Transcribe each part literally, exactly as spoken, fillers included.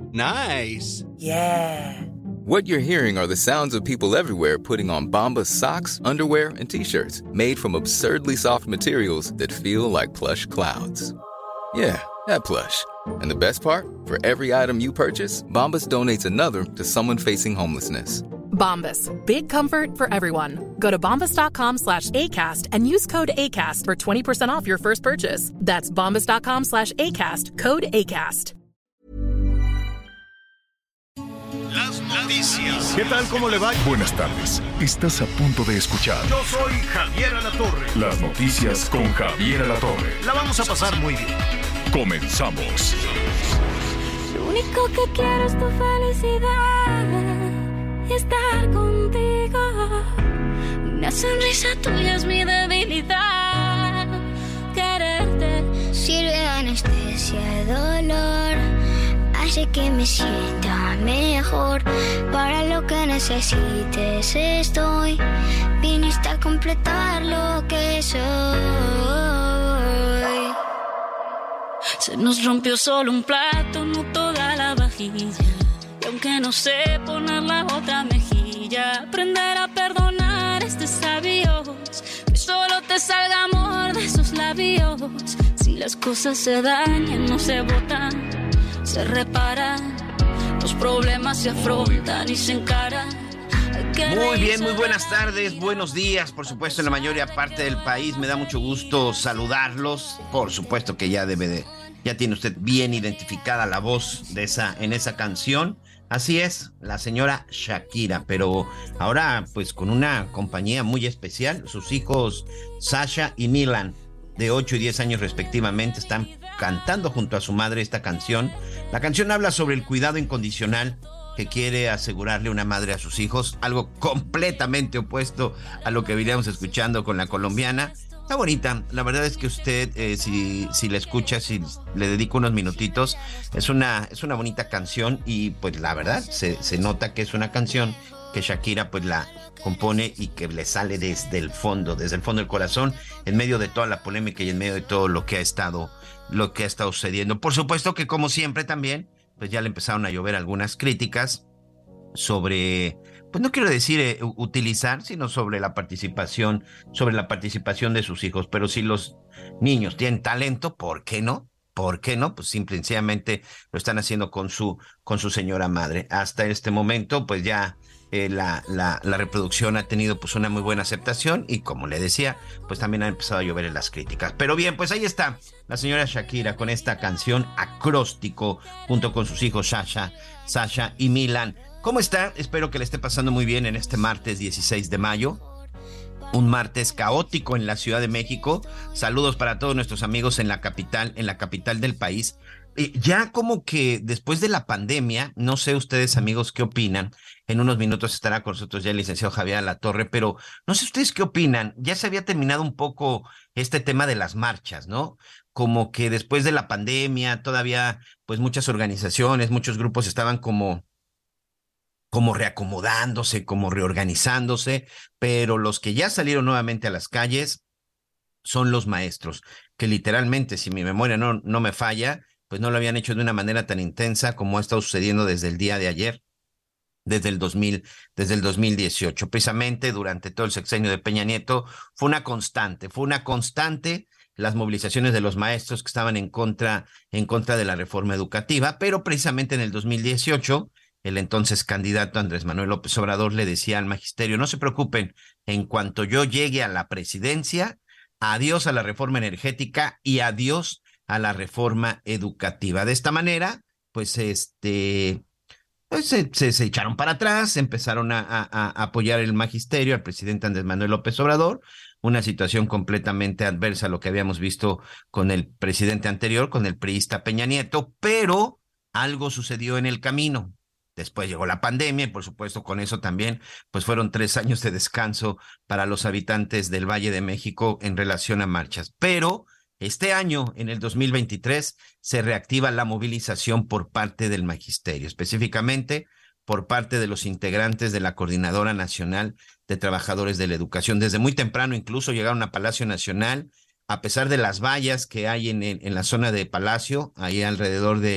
Nice. Yeah. What you're hearing are the sounds of people everywhere putting on Bombas socks, underwear, and T-shirts made from absurdly soft materials that feel like plush clouds. Yeah, that plush. And the best part? For every item you purchase, Bombas donates another to someone facing homelessness. Bombas. Big comfort for everyone. Go to bombas.com slash ACAST and use code ACAST for twenty percent off your first purchase. That's bombas.com slash ACAST. Code ACAST. Las noticias. ¿Qué tal? ¿Cómo le va? Buenas tardes. Estás a punto de escuchar. Yo soy Javier Alatorre. Las noticias con Javier Alatorre. La vamos a pasar muy bien. Comenzamos. Lo único que quiero es tu felicidad y estar contigo. Una sonrisa tuya es mi debilidad. Quererte sirve de anestesia de dolor. Hace que me sienta mejor. Para lo que necesites estoy. Viniste a completar lo que soy. Se nos rompió solo un plato, no toda la vajilla. Y aunque no sé poner la otra mejilla, aprender a perdonar es de sabios. Que solo te salga amor de esos labios. Si las cosas se dañan, no se botan, se reparan. Los problemas se afrontan y se encaran. Muy bien, muy buenas tardes, buenos días, por supuesto en la mayoría parte del país. Me da mucho gusto saludarlos. Por supuesto que ya debe de, ya tiene usted bien identificada la voz de esa, en esa canción. Así es, la señora Shakira, pero ahora pues con una compañía muy especial. Sus hijos Sasha y Milan, de ocho y diez años respectivamente, están cantando junto a su madre esta canción. La canción habla sobre el cuidado incondicional que quiere asegurarle una madre a sus hijos, algo completamente opuesto a lo que veníamos escuchando con la colombiana. Está bonita, la verdad es que usted, eh, si, si la escucha, si le dedico unos minutitos, es una, es una bonita canción y pues la verdad se, se nota que es una canción que Shakira pues la compone y que le sale desde el fondo, desde el fondo del corazón, en medio de toda la polémica y en medio de todo lo que ha estado, lo que ha estado sucediendo. Por supuesto que como siempre también, pues ya le empezaron a llover algunas críticas sobre, pues no quiero decir eh, utilizar, sino sobre la participación, sobre la participación de sus hijos. Pero si los niños tienen talento, ¿por qué no? ¿Por qué no? Pues simple y sencillamente lo están haciendo con su, con su señora madre. Hasta este momento, pues ya eh, la, la, la reproducción ha tenido pues una muy buena aceptación y como le decía, pues también han empezado a llover en las críticas. Pero bien, pues ahí está la señora Shakira con esta canción Acróstico junto con sus hijos Sasha, Sasha y Milan. ¿Cómo está? Espero que le esté pasando muy bien en este martes dieciséis de mayo. Un martes caótico en la Ciudad de México. Saludos para todos nuestros amigos en la capital, en la capital del país. Eh, ya como que después de la pandemia, no sé ustedes amigos qué opinan. En unos minutos estará con nosotros ya el licenciado Javier Alatorre, pero no sé ustedes qué opinan. Ya se había terminado un poco este tema de las marchas, ¿no? Como que después de la pandemia todavía pues muchas organizaciones, muchos grupos estaban como como reacomodándose, como reorganizándose, pero los que ya salieron nuevamente a las calles son los maestros, que literalmente, si mi memoria no, no me falla, pues no lo habían hecho de una manera tan intensa como ha estado sucediendo desde el día de ayer, desde el dos mil, desde el dos mil dieciocho. Precisamente durante todo el sexenio de Peña Nieto fue una constante, fue una constante las movilizaciones de los maestros que estaban en contra, en contra de la reforma educativa, pero precisamente en el dos mil dieciocho el entonces candidato Andrés Manuel López Obrador le decía al magisterio, no se preocupen, en cuanto yo llegue a la presidencia, adiós a la reforma energética y adiós a la reforma educativa. De esta manera, pues este, pues se, se, se echaron para atrás, empezaron a, a, a apoyar el magisterio al presidente Andrés Manuel López Obrador, una situación completamente adversa a lo que habíamos visto con el presidente anterior, con el priista Peña Nieto, pero algo sucedió en el camino. Después llegó la pandemia y por supuesto con eso también pues fueron tres años de descanso para los habitantes del Valle de México en relación a marchas. Pero este año, en el dos mil veintitrés, se reactiva la movilización por parte del magisterio, específicamente por parte de los integrantes de la Coordinadora Nacional de Trabajadores de la Educación. Desde muy temprano incluso llegaron a Palacio Nacional, a pesar de las vallas que hay en, en, en la zona de Palacio, ahí alrededor de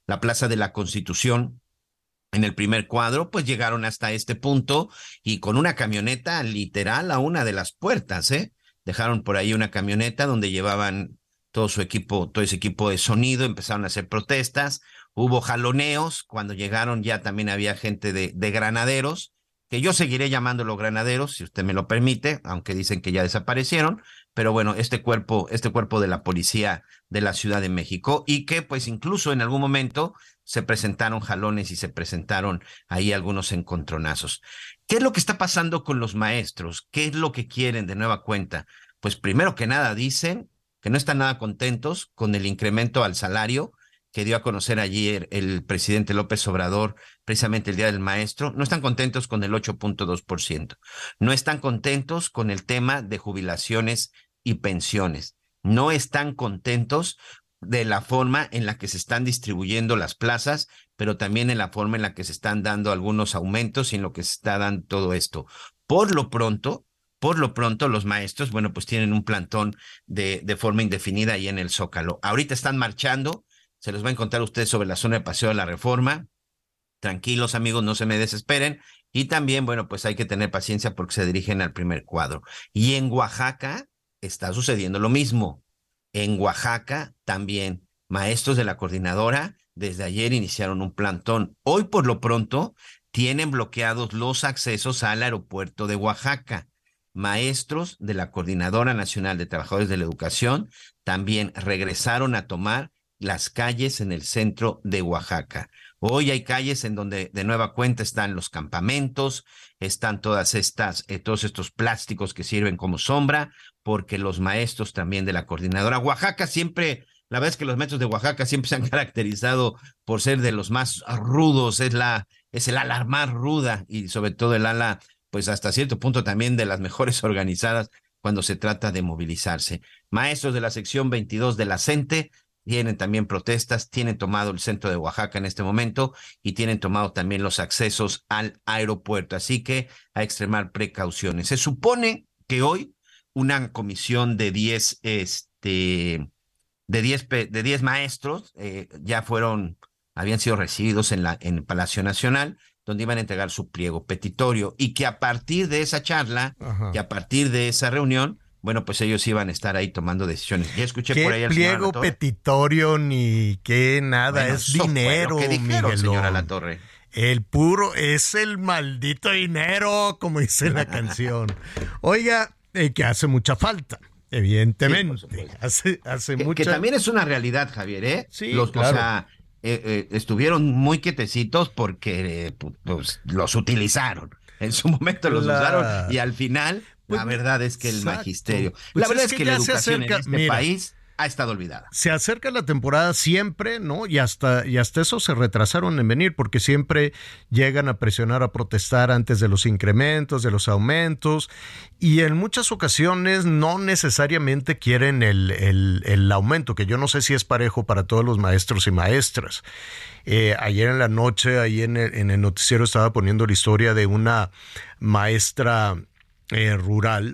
la Plaza de la Constitución. En el primer cuadro, pues llegaron hasta este punto y con una camioneta literal a una de las puertas, ¿eh? Dejaron por ahí una camioneta donde llevaban todo su equipo, todo ese equipo de sonido, empezaron a hacer protestas, hubo jaloneos, cuando llegaron ya también había gente de, de granaderos, que yo seguiré llamándolo granaderos, si usted me lo permite, aunque dicen que ya desaparecieron, pero bueno, este cuerpo, este cuerpo de la policía de la Ciudad de México, y que pues incluso en algún momento se presentaron jalones y se presentaron ahí algunos encontronazos. ¿Qué es lo que está pasando con los maestros? ¿Qué es lo que quieren de nueva cuenta? Pues primero que nada dicen que no están nada contentos con el incremento al salario que dio a conocer ayer el presidente López Obrador, precisamente el Día del Maestro. No están contentos con el ocho punto dos por ciento. No están contentos con el tema de jubilaciones y pensiones. No están contentos de la forma en la que se están distribuyendo las plazas, pero también en la forma en la que se están dando algunos aumentos y en lo que se está dando todo esto. Por lo pronto, por lo pronto los maestros, bueno, pues tienen un plantón de, de forma indefinida ahí en el Zócalo. Ahorita están marchando, se los va a encontrar ustedes sobre la zona de Paseo de la Reforma. Tranquilos, amigos, no se me desesperen. Y también, bueno, pues hay que tener paciencia porque se dirigen al primer cuadro. Y en Oaxaca está sucediendo lo mismo. En Oaxaca también maestros de la coordinadora desde ayer iniciaron un plantón. Hoy por lo pronto tienen bloqueados los accesos al aeropuerto de Oaxaca. Maestros de la Coordinadora Nacional de Trabajadores de la Educación también regresaron a tomar las calles en el centro de Oaxaca. Hoy hay calles en donde de nueva cuenta están los campamentos, están todas estas, eh, todos estos plásticos que sirven como sombra, porque los maestros también de la coordinadora. Oaxaca siempre, la verdad es que los maestros de Oaxaca siempre se han caracterizado por ser de los más rudos, es la, es el ala más ruda y sobre todo el ala, pues hasta cierto punto también de las mejores organizadas cuando se trata de movilizarse. Maestros de la sección veintidós de la CENTE tienen también protestas, tienen tomado el centro de Oaxaca en este momento y tienen tomado también los accesos al aeropuerto. Así que a extremar precauciones. Se supone que hoy una comisión de diez, este, de diez, de diez maestros eh, ya fueron, habían sido recibidos en, la, en el Palacio Nacional, donde iban a entregar su pliego petitorio y que a partir de esa charla, Ajá. que a partir de esa reunión, bueno, pues ellos iban a estar ahí tomando decisiones. Ya escuché por ahí al señor pliego petitorio ni qué nada, bueno, es dinero, ¿qué dijeron, señora Latorre? El puro, es el maldito dinero, como dice la canción. Oiga, eh, que hace mucha falta, evidentemente. Sí, hace hace que, mucha... que también es una realidad, Javier, ¿eh? Sí, los, claro. O sea, eh, eh, estuvieron muy quietecitos porque eh, pues, los utilizaron. En su momento los la... usaron y al final... Pues, la verdad es que el exacto. magisterio, pues la verdad es es que, que la educación acerca, en este mira, país ha estado olvidada. Se acerca la temporada siempre, ¿no? Y hasta, y hasta eso se retrasaron en venir porque siempre llegan a presionar, a protestar antes de los incrementos, de los aumentos y en muchas ocasiones no necesariamente quieren el, el, el aumento, que yo no sé si es parejo para todos los maestros y maestras. Eh, ayer en la noche, ahí en el, en el noticiero estaba poniendo la historia de una maestra Eh, rural,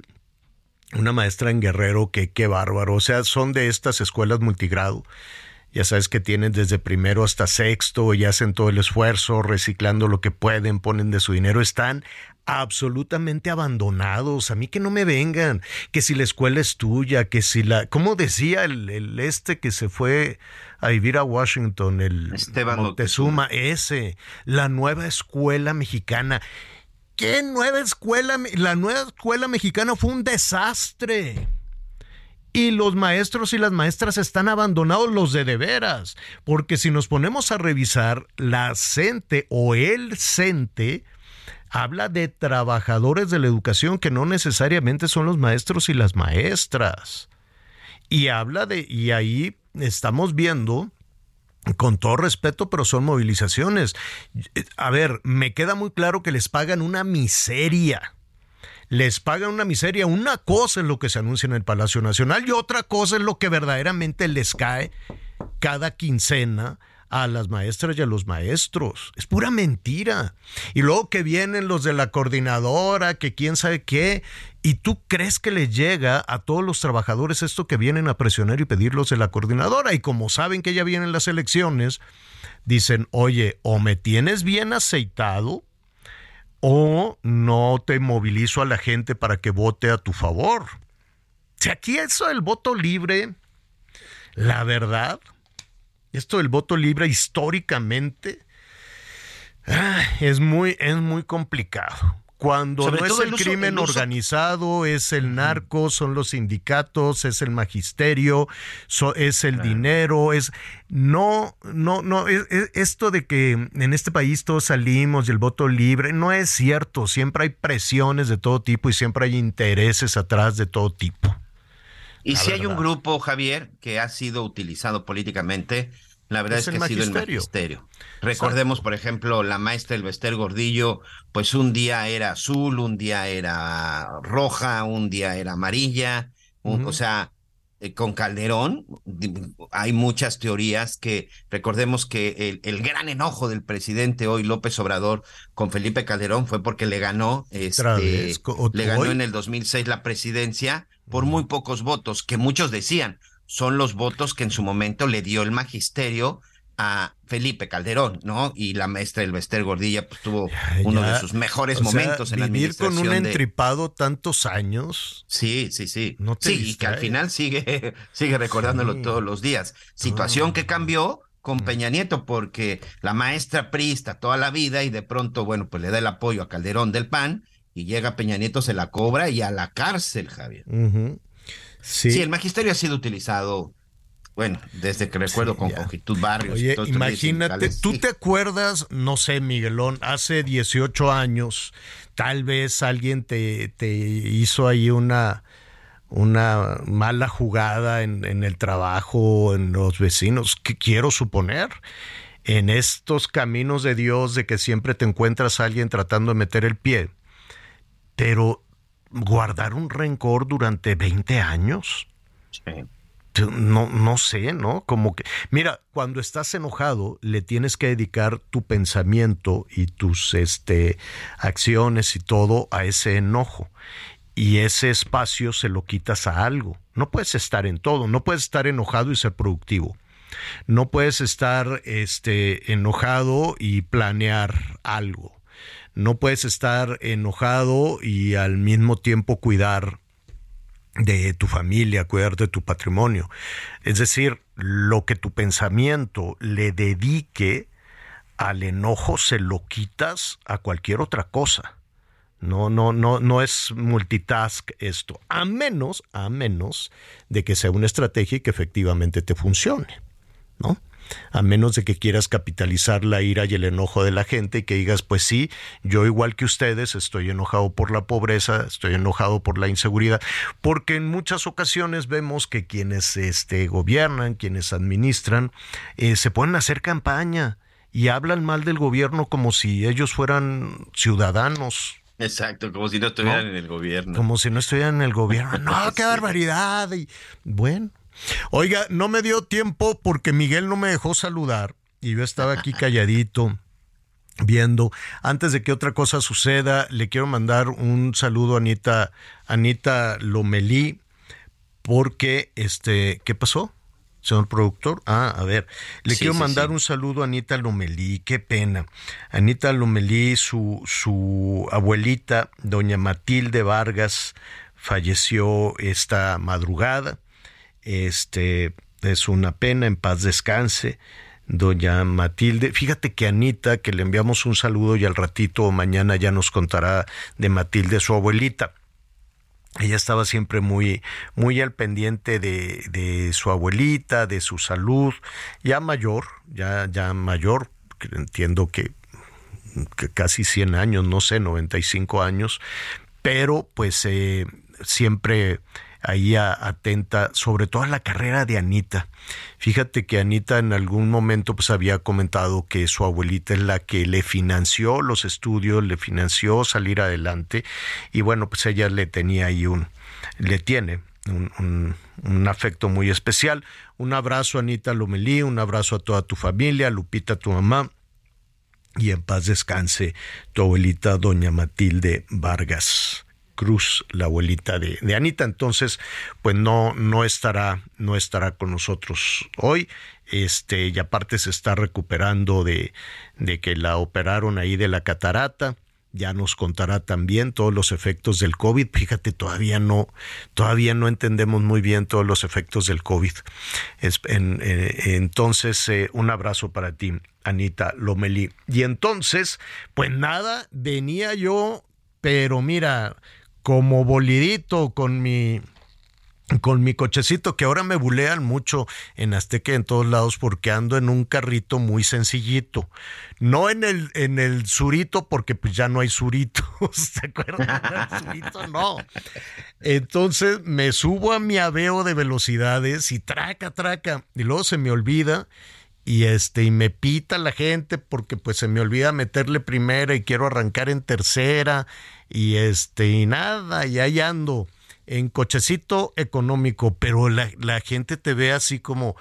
una maestra en Guerrero que qué bárbaro, o sea, son de estas escuelas multigrado, ya sabes que tienen desde primero hasta sexto y hacen todo el esfuerzo, reciclando lo que pueden, ponen de su dinero, están absolutamente abandonados. A mí que no me vengan, que si la escuela es tuya, que si la, ¿cómo decía el, el este que se fue a vivir a Washington, el Esteban Moctezuma, ese, la nueva escuela mexicana? ¿Qué nueva escuela? La nueva escuela mexicana fue un desastre. Y los maestros y las maestras están abandonados, los de de veras. Porque si nos ponemos a revisar, la CENTE o el CENTE habla de trabajadores de la educación que no necesariamente son los maestros y las maestras. Y habla de, y ahí estamos viendo, con todo respeto, pero son movilizaciones. A ver, me queda muy claro que les pagan una miseria. Les pagan una miseria. Una cosa es lo que se anuncia en el Palacio Nacional y otra cosa es lo que verdaderamente les cae cada quincena a las maestras y a los maestros. Es pura mentira. Y luego que vienen los de la coordinadora, que quién sabe qué, y tú crees que les llega a todos los trabajadores esto que vienen a presionar y pedir los de la coordinadora. Y como saben que ya vienen las elecciones, dicen, oye, o me tienes bien aceitado o no te movilizo a la gente para que vote a tu favor. Si aquí eso del voto libre, la verdad, esto del voto libre históricamente es muy, es muy complicado. Cuando Sobre no es el, el uso, crimen el uso... organizado, es el narco, son los sindicatos, es el magisterio, so, es el claro. dinero, es no, no, no, es, es esto de que en este país todos salimos y el voto libre, no es cierto. Siempre hay presiones de todo tipo y siempre hay intereses atrás de todo tipo. Y si hay un grupo, Javier, que ha sido utilizado políticamente, la verdad es, es que ha sido el magisterio. Recordemos, por ejemplo, la maestra Elbester Gordillo, pues un día era azul, un día era roja, un día era amarilla, un, uh-huh. o sea, eh, con Calderón hay muchas teorías que, recordemos que el, el gran enojo del presidente hoy, López Obrador, con Felipe Calderón fue porque le ganó, este, le ganó en el dos mil seis la presidencia por uh-huh. muy pocos votos, que muchos decían, son los votos que en su momento le dio el magisterio a Felipe Calderón, ¿no? Y la maestra Elbester Gordillo pues, tuvo ya, uno de sus mejores momentos sea, en la administración. Vivir con un de... entripado tantos años. Sí, sí, sí. No te sí, distrae. Y que al final sigue, sigue recordándolo sí. todos los días. Situación oh. que cambió con Peña Nieto, porque la maestra priista toda la vida y de pronto, bueno, pues le da el apoyo a Calderón del P A N y llega Peña Nieto, se la cobra y a la cárcel, Javier. Uh-huh. Sí. sí, el magisterio ha sido utilizado, bueno, desde que recuerdo sí, con Conjitud Barrios. Oye, imagínate, tú sí. te acuerdas, no sé, Miguelón, hace dieciocho años, tal vez alguien te, te hizo ahí una, una mala jugada en, en el trabajo, en los vecinos, que quiero suponer, en estos caminos de Dios de que siempre te encuentras a alguien tratando de meter el pie, pero guardar un rencor durante veinte años. Sí. No, no sé, ¿no? Como que, mira, cuando estás enojado, le tienes que dedicar tu pensamiento y tus este, acciones y todo a ese enojo. Y ese espacio se lo quitas a algo. No puedes estar en todo, no puedes estar enojado y ser productivo. No puedes estar este, enojado y planear algo. No puedes estar enojado y al mismo tiempo cuidar de tu familia, cuidar de tu patrimonio. Es decir, lo que tu pensamiento le dedique al enojo se lo quitas a cualquier otra cosa. No, no, no, no es multitask esto, a menos, a menos de que sea una estrategia y que efectivamente te funcione, ¿no? A menos de que quieras capitalizar la ira y el enojo de la gente y que digas, pues sí, yo igual que ustedes estoy enojado por la pobreza, estoy enojado por la inseguridad, porque en muchas ocasiones vemos que quienes este, gobiernan, quienes administran, eh, se ponen a hacer campaña y hablan mal del gobierno como si ellos fueran ciudadanos. Exacto, como si no estuvieran ¿no? en el gobierno. Como si no estuvieran en el gobierno. No, qué barbaridad. Y, bueno. Oiga, no me dio tiempo porque Miguel no me dejó saludar y yo estaba aquí calladito viendo. Antes de que otra cosa suceda, le quiero mandar un saludo a Anita, Anita Lomelí, porque, este, ¿qué pasó? Señor productor, ah, a ver, le sí, quiero sí, mandar sí. un saludo a Anita Lomelí, qué pena. Anita Lomelí, su, su abuelita, doña Matilde Vargas, falleció esta madrugada. Este, es una pena, en paz descanse, doña Matilde. Fíjate que Anita, que le enviamos un saludo y al ratito o mañana ya nos contará de Matilde, su abuelita. Ella estaba siempre muy, muy al pendiente de, de su abuelita, de su salud, ya mayor, ya, ya mayor, entiendo que, que casi cien años, no sé, noventa y cinco años, pero pues eh, siempre ahí a, atenta, sobre todo a la carrera de Anita. Fíjate que Anita en algún momento pues había comentado que su abuelita es la que le financió los estudios, le financió salir adelante y bueno, pues ella le tenía ahí un, le tiene un, un, un afecto muy especial. Un abrazo, Anita Lomelí, un abrazo a toda tu familia, a Lupita, tu mamá, y en paz descanse tu abuelita, doña Matilde Vargas Cruz, la abuelita de, de Anita. Entonces, pues no, no estará, no estará con nosotros hoy. Este, y aparte se está recuperando de, de que la operaron ahí de la catarata. Ya nos contará también todos los efectos del COVID. Fíjate, todavía no, todavía no entendemos muy bien todos los efectos del COVID. Es, en, eh, entonces, eh, un abrazo para ti, Anita Lomelí. Y entonces, pues nada, venía yo, pero mira, como bolidito con mi... con mi cochecito, que ahora me bulean mucho en Azteca y en todos lados porque ando en un carrito muy sencillito. No en el en el surito, porque pues ya no hay suritos, ¿te acuerdas? El surito no. Entonces me subo a mi aveo de velocidades y traca, traca, y luego se me olvida y este y me pita la gente porque pues se me olvida meterle primera y quiero arrancar en tercera y este y nada, y ahí ando en cochecito económico, pero la, la gente te ve así como,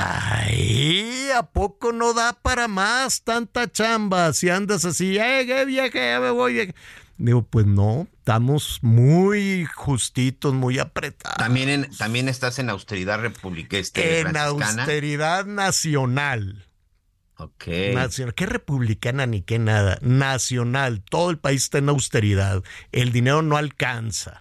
ay, ¿a poco no da para más tanta chamba? Si andas así, ay, qué vieja, ya me voy, vieja. Digo, pues no, estamos muy justitos, muy apretados. También en, también estás en austeridad republicana. Este, en austeridad nacional. Ok. Nacional. ¿Qué republicana ni qué nada? Nacional. Todo el país está en austeridad. El dinero no alcanza.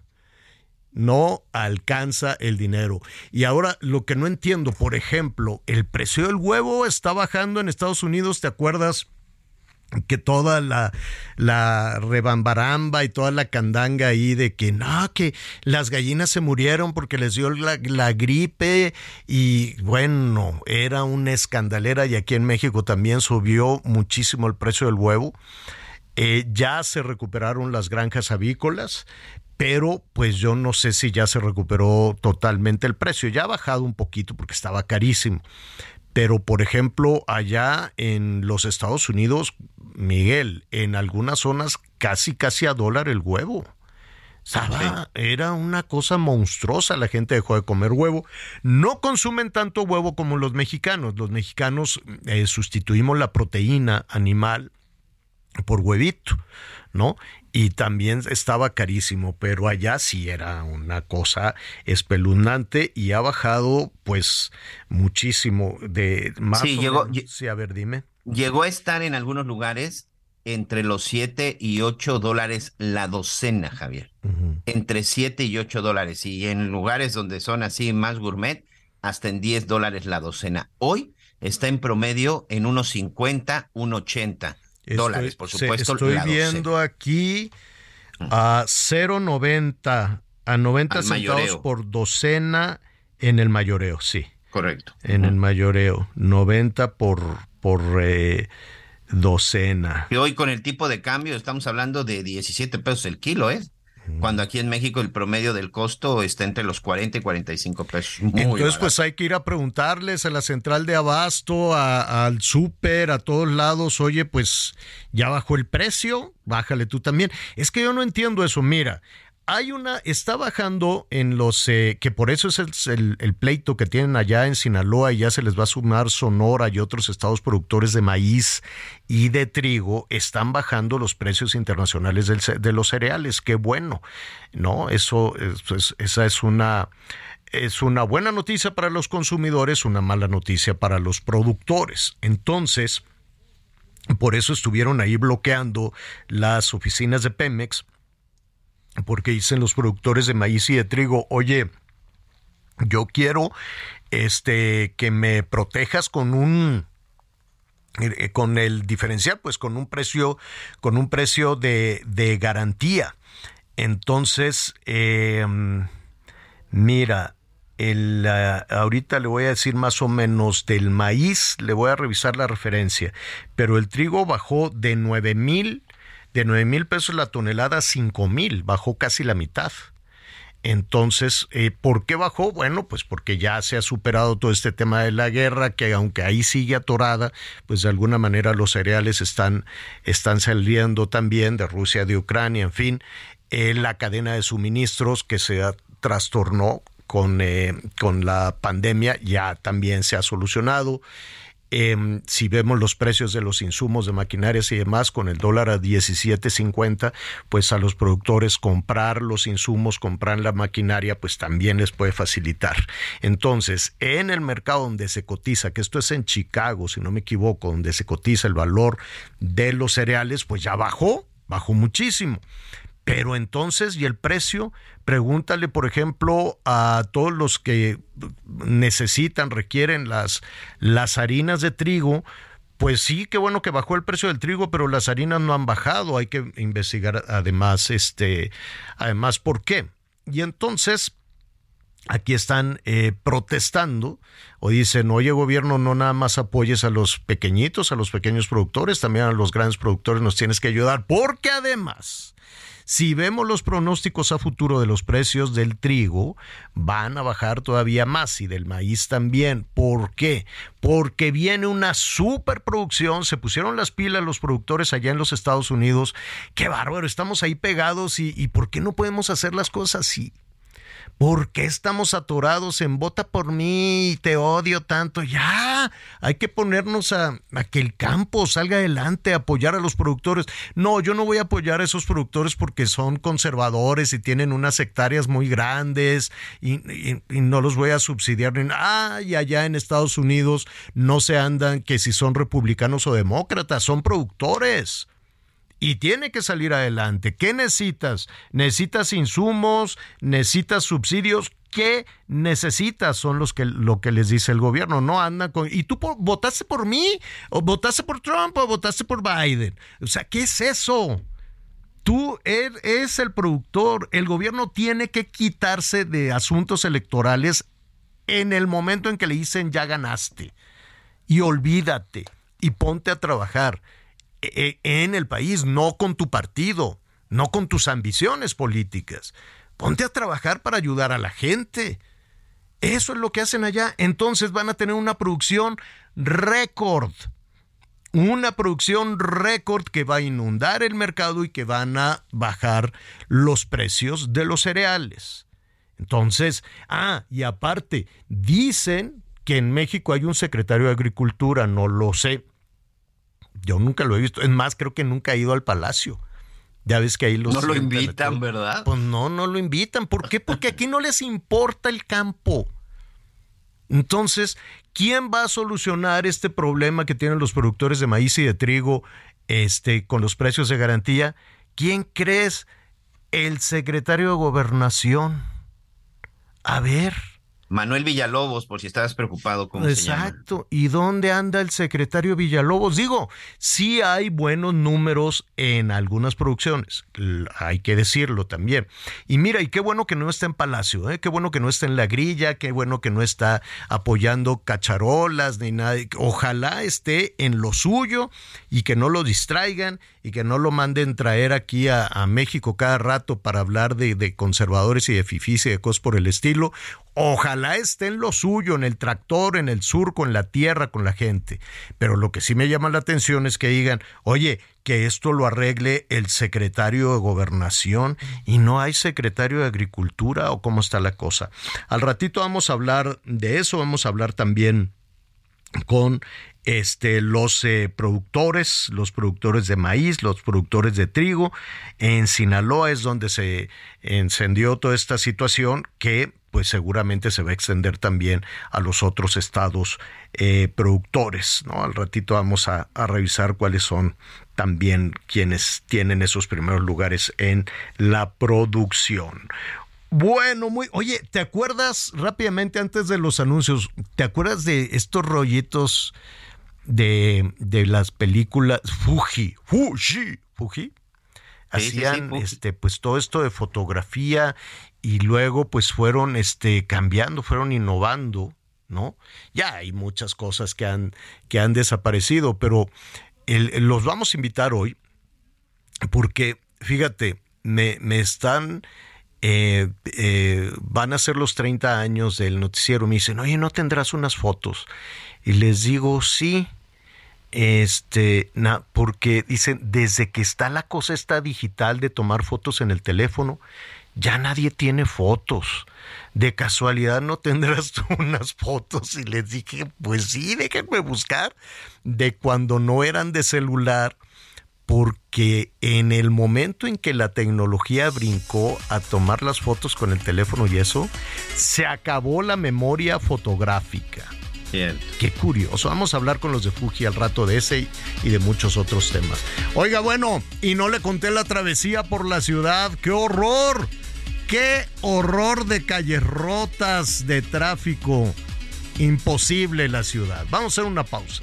No alcanza el dinero. Y ahora lo que no entiendo, por ejemplo, el precio del huevo está bajando en Estados Unidos, ¿te acuerdas? Que toda la, la rebambaramba y toda la candanga ahí de que no, que las gallinas se murieron porque les dio la, la gripe y bueno, era una escandalera y aquí en México también subió muchísimo el precio del huevo. Eh, ya se recuperaron las granjas avícolas, pero pues yo no sé si ya se recuperó totalmente el precio. Ya ha bajado un poquito porque estaba carísimo. Pero, por ejemplo, allá en los Estados Unidos, Miguel, en algunas zonas casi, casi a dólar el huevo. Estaba, era una cosa monstruosa. La gente dejó de comer huevo. No consumen tanto huevo como los mexicanos. Los mexicanos eh, sustituimos la proteína animal por huevito, ¿no? Y también estaba carísimo, pero allá sí era una cosa espeluznante y ha bajado pues muchísimo de más sí, o llegó, menos. Sí, a ver, dime. Llegó a estar en algunos lugares entre los siete y ocho dólares la docena, Javier. Uh-huh. Entre siete y ocho dólares. Y en lugares donde son así más gourmet, hasta en diez dólares la docena. Hoy está en promedio en unos cincuenta, unos ochenta. Estoy, dólares, por supuesto. Estoy viendo aquí a cero noventa, a noventa Al centavos mayoreo. Por docena en el mayoreo, sí. Correcto. En uh-huh. el mayoreo, noventa por, por eh, docena. Y hoy con el tipo de cambio estamos hablando de diecisiete pesos el kilo, ¿eh? Cuando aquí en México el promedio del costo está entre los cuarenta y cuarenta y cinco pesos. Muy Entonces, barato. Pues hay que ir a preguntarles a la central de abasto, a, al súper, a todos lados, oye, pues ya bajó el precio, bájale tú también. Es que yo no entiendo eso, mira. Hay una, está bajando en los, eh, que por eso es el, el, el pleito que tienen allá en Sinaloa y ya se les va a sumar Sonora y otros estados productores de maíz y de trigo, están bajando los precios internacionales del, de los cereales. Qué bueno, ¿no? Eso, es, esa es una, es una buena noticia para los consumidores, una mala noticia para los productores. Entonces, por eso estuvieron ahí bloqueando las oficinas de Pemex, porque dicen los productores de maíz y de trigo, oye, yo quiero este que me protejas con un eh, con el diferencial, pues con un precio, con un precio de, de garantía. Entonces, eh, mira, el, uh, ahorita le voy a decir más o menos del maíz, le voy a revisar la referencia, pero el trigo bajó de nueve mil De nueve mil pesos la tonelada a cinco mil, bajó casi la mitad. Entonces, eh, ¿por qué bajó? Bueno, pues porque ya se ha superado todo este tema de la guerra, que aunque ahí sigue atorada, pues de alguna manera los cereales están, están saliendo también de Rusia, de Ucrania, en fin, eh, la cadena de suministros que se trastornó con, eh, con la pandemia ya también se ha solucionado. Eh, si vemos los precios de los insumos de maquinarias y demás, con el dólar a diecisiete cincuenta, pues a los productores comprar los insumos, comprar la maquinaria, pues también les puede facilitar. Entonces, en el mercado donde se cotiza, que esto es en Chicago, si no me equivoco, donde se cotiza el valor de los cereales, pues ya bajó, bajó muchísimo. Pero entonces, ¿y el precio? Pregúntale, por ejemplo, a todos los que necesitan, requieren las, las harinas de trigo. Pues sí, qué bueno que bajó el precio del trigo, pero las harinas no han bajado. Hay que investigar además, este, además, ¿por qué? Y entonces, aquí están eh, protestando o dicen, oye, gobierno, no nada más apoyes a los pequeñitos, a los pequeños productores, también a los grandes productores nos tienes que ayudar, porque además, si vemos los pronósticos a futuro de los precios del trigo, van a bajar todavía más y del maíz también. ¿Por qué? Porque viene una superproducción, se pusieron las pilas los productores allá en los Estados Unidos. ¡Qué bárbaro! Estamos ahí pegados y, y ¿por qué no podemos hacer las cosas así? ¿Por qué estamos atorados en vota por mí, te odio tanto? Ya, hay que ponernos a, a que el campo salga adelante, a apoyar a los productores. No, yo no voy a apoyar a esos productores porque son conservadores y tienen unas hectáreas muy grandes y, y, y no los voy a subsidiar. Ah, y allá en Estados Unidos no se andan que si son republicanos o demócratas, son productores. Y tiene que salir adelante. ¿Qué necesitas? ¿Necesitas insumos? ¿Necesitas subsidios? ¿Qué necesitas? Son los que lo que les dice el gobierno. No andan con... ¿Y tú por, votaste por mí? ¿O votaste por Trump? ¿O votaste por Biden? O sea, ¿qué es eso? Tú eres el productor. El gobierno tiene que quitarse de asuntos electorales en el momento en que le dicen ya ganaste. Y olvídate. Y ponte a trabajar en el país, no con tu partido, no con tus ambiciones políticas. Ponte a trabajar para ayudar a la gente. Eso es lo que hacen allá. Entonces van a tener una producción récord. Una producción récord que va a inundar el mercado y que van a bajar los precios de los cereales. Entonces, ah, y aparte, dicen que en México hay un secretario de Agricultura, no lo sé. Yo nunca lo he visto. Es más, creo que nunca he ido al Palacio. Ya ves que ahí los... No lo invitan, ¿verdad? Pues no, no lo invitan. ¿Por qué? Porque aquí no les importa el campo. Entonces, ¿quién va a solucionar este problema que tienen los productores de maíz y de trigo este, con los precios de garantía? ¿Quién crees? El secretario de Gobernación. A ver... Manuel Villalobos, por si estabas preocupado, ¿cómo se llama? Exacto. ¿Y dónde anda el secretario Villalobos? Digo, sí hay buenos números en algunas producciones, hay que decirlo también. Y mira, y qué bueno que no está en Palacio, ¿eh? Qué bueno que no está en la grilla, qué bueno que no está apoyando cacharolas ni nada. Ojalá esté en lo suyo y que no lo distraigan y que no lo manden traer aquí a, a México cada rato para hablar de, de conservadores y de fifís y de cosas por el estilo. Ojalá esté en lo suyo, en el tractor, en el surco, en la tierra, con la gente. Pero lo que sí me llama la atención es que digan, oye, que esto lo arregle el secretario de Gobernación y no hay secretario de Agricultura, o cómo está la cosa. Al ratito vamos a hablar de eso, vamos a hablar también con este los eh, productores, los productores de maíz, los productores de trigo. En Sinaloa es donde se encendió toda esta situación que pues seguramente se va a extender también a los otros estados eh, productores, ¿no? Al ratito vamos a, a revisar cuáles son también quienes tienen esos primeros lugares en la producción. Bueno, muy, oye, ¿te acuerdas rápidamente antes de los anuncios? ¿Te acuerdas de estos rollitos de, de las películas Fuji? Fuji, Fuji. Hacían sí, sí, sí, este, pues todo esto de fotografía y luego pues fueron este, cambiando, fueron innovando, ¿no? Ya hay muchas cosas que han, que han desaparecido, pero el, los vamos a invitar hoy porque, fíjate, me, me están... Eh, eh, van a ser los treinta años del noticiero. Me dicen, oye, ¿no tendrás unas fotos? Y les digo, sí. Este, na, porque dicen, desde que está la cosa esta digital de tomar fotos en el teléfono, ya nadie tiene fotos. De casualidad no tendrás tú unas fotos. Y les dije, pues sí, déjenme buscar de cuando no eran de celular, porque en el momento en que la tecnología brincó a tomar las fotos con el teléfono y eso, se acabó la memoria fotográfica. Bien. Qué curioso. Vamos a hablar con los de Fuji al rato de ese y de muchos otros temas. Oiga, bueno, y no le conté la travesía por la ciudad. ¡Qué horror! ¡Qué horror de calles rotas, de tráfico! Imposible la ciudad. Vamos a hacer una pausa.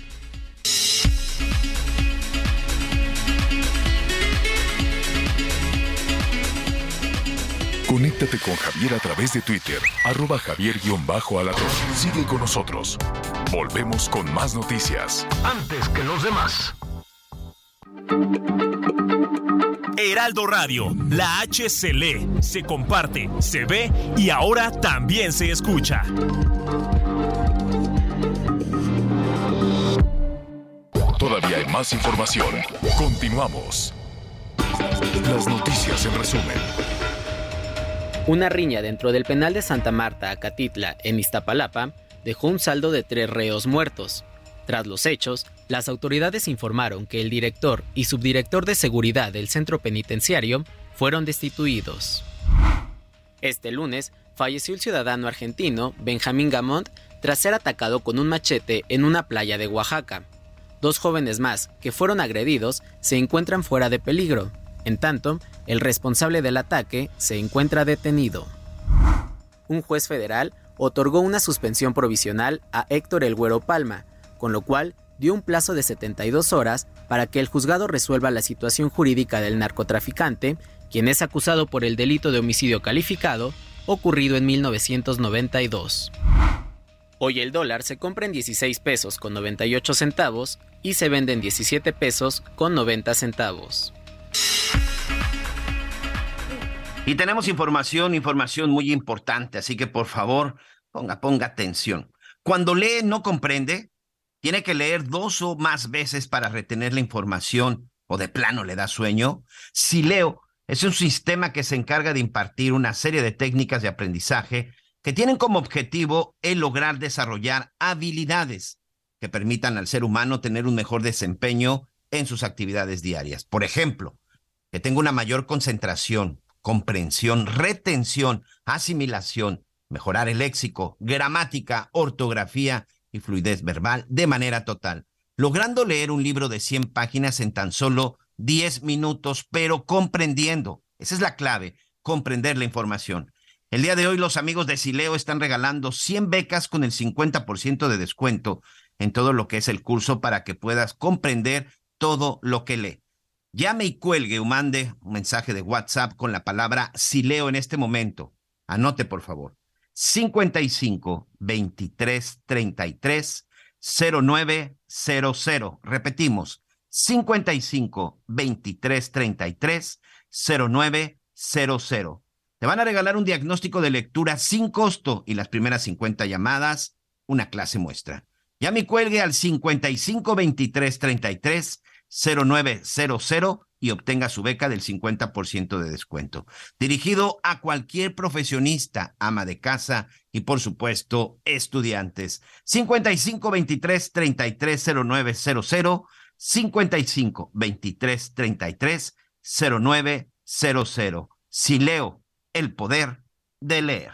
Conéctate con Javier a través de Twitter, arroba Javier-Alatorre. Sigue con nosotros. Volvemos con más noticias. Antes que los demás. Heraldo Radio, la H se lee, se comparte, se ve y ahora también se escucha. Todavía hay más información. Continuamos. Las noticias en resumen. Una riña dentro del penal de Santa Marta, Acatitla, en Iztapalapa, dejó un saldo de tres reos muertos. Tras los hechos, las autoridades informaron que el director y subdirector de seguridad del centro penitenciario fueron destituidos. Este lunes, falleció el ciudadano argentino Benjamín Gamont tras ser atacado con un machete en una playa de Oaxaca. Dos jóvenes más, que fueron agredidos, se encuentran fuera de peligro. En tanto, el responsable del ataque se encuentra detenido. Un juez federal otorgó una suspensión provisional a Héctor El Güero Palma, con lo cual dio un plazo de setenta y dos horas para que el juzgado resuelva la situación jurídica del narcotraficante, quien es acusado por el delito de homicidio calificado ocurrido en mil novecientos noventa y dos. Hoy el dólar se compra en dieciséis pesos con noventa y ocho centavos y se vende en diecisiete pesos con noventa centavos. Y tenemos información, información muy importante, así que por favor, ponga, ponga atención. Cuando lee no comprende, tiene que leer dos o más veces para retener la información o de plano le da sueño. Sileo es un sistema que se encarga de impartir una serie de técnicas de aprendizaje que tienen como objetivo el lograr desarrollar habilidades que permitan al ser humano tener un mejor desempeño en sus actividades diarias. Por ejemplo, que tenga una mayor concentración, comprensión, retención, asimilación, mejorar el léxico, gramática, ortografía y fluidez verbal de manera total, logrando leer un libro de cien páginas en tan solo diez minutos, pero comprendiendo. Esa es la clave, comprender la información. El día de hoy los amigos de Sileo están regalando cien becas con el cincuenta por ciento de descuento en todo lo que es el curso para que puedas comprender todo lo que lee. Llame y cuelgue o mande un mensaje de WhatsApp con la palabra Sileo en este momento. Anote, por favor. cincuenta y cinco, veintitrés, treinta y tres, cero nueve cero cero. Repetimos, cincuenta y cinco, veintitrés, treinta y tres, cero nueve cero cero. Te van a regalar un diagnóstico de lectura sin costo y las primeras cincuenta llamadas, una clase muestra. Llame y cuelgue al cincuenta y cinco, veintitrés, treinta y tres, cero nueve cero cero y obtenga su beca del cincuenta por ciento de descuento. Dirigido a cualquier profesionista, ama de casa y, por supuesto, estudiantes. cincuenta y cinco, veintitrés, treinta y tres, cero nueve cero cero, cincuenta y cinco, veintitrés, treinta y tres, cero nueve cero cero. Sileo, el poder de leer.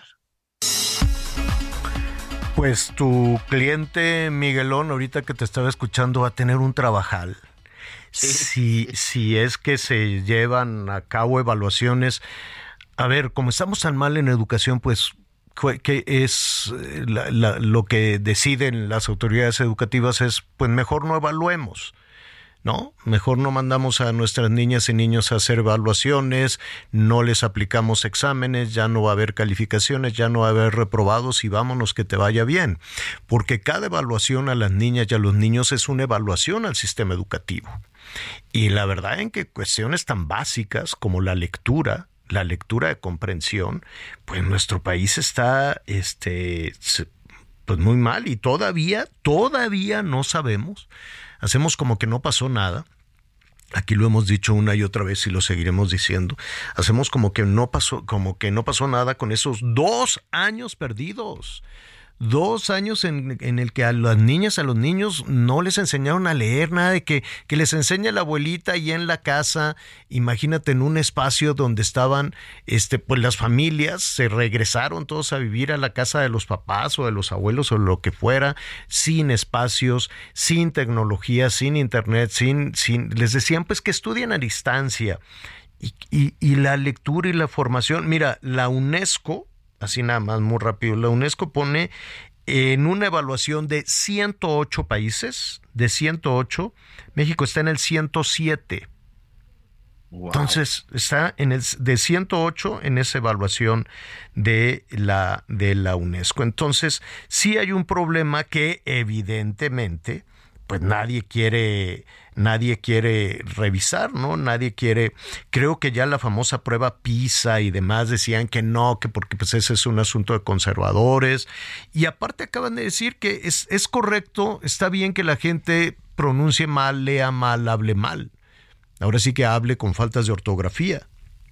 Pues tu cliente, Miguelón, ahorita que te estaba escuchando, va a tener un trabajal. Si, si es que se llevan a cabo evaluaciones. A ver, como estamos tan mal en educación, pues, ¿qué es la, la, lo que deciden las autoridades educativas? Es, pues, mejor no evaluemos, ¿no? Mejor no mandamos a nuestras niñas y niños a hacer evaluaciones, no les aplicamos exámenes, ya no va a haber calificaciones, ya no va a haber reprobados y vámonos que te vaya bien. Porque cada evaluación a las niñas y a los niños es una evaluación al sistema educativo. Y la verdad en que cuestiones tan básicas como la lectura, la lectura de comprensión, pues nuestro país está este, pues muy mal y todavía, todavía no sabemos. Hacemos como que no pasó nada Aquí lo hemos dicho una y otra vez y lo seguiremos diciendo. Hacemos como que no pasó, como que no pasó nada con esos dos años perdidos. Dos años en, en el que a las niñas, a los niños no les enseñaron a leer, nada de que, que les enseña la abuelita ahí en la casa. Imagínate, en un espacio donde estaban, este, pues las familias se regresaron todos a vivir a la casa de los papás o de los abuelos o lo que fuera, sin espacios, sin tecnología, sin internet, sin, sin, les decían pues que estudien a distancia. Y, y, y la lectura y la formación, mira, la UNESCO, así nada más, muy rápido, la UNESCO pone en una evaluación de ciento ocho países, de ciento ocho, México está en el ciento siete. Wow. Entonces, está en el de ciento ocho en esa evaluación de la, de la UNESCO. Entonces, sí hay un problema que evidentemente pues nadie quiere, nadie quiere revisar, ¿no? Nadie quiere, creo que ya la famosa prueba PISA y demás decían que no, que porque pues ese es un asunto de conservadores, y aparte acaban de decir que es, es correcto, está bien que la gente pronuncie mal, lea mal, hable mal. Ahora sí que hable con faltas de ortografía.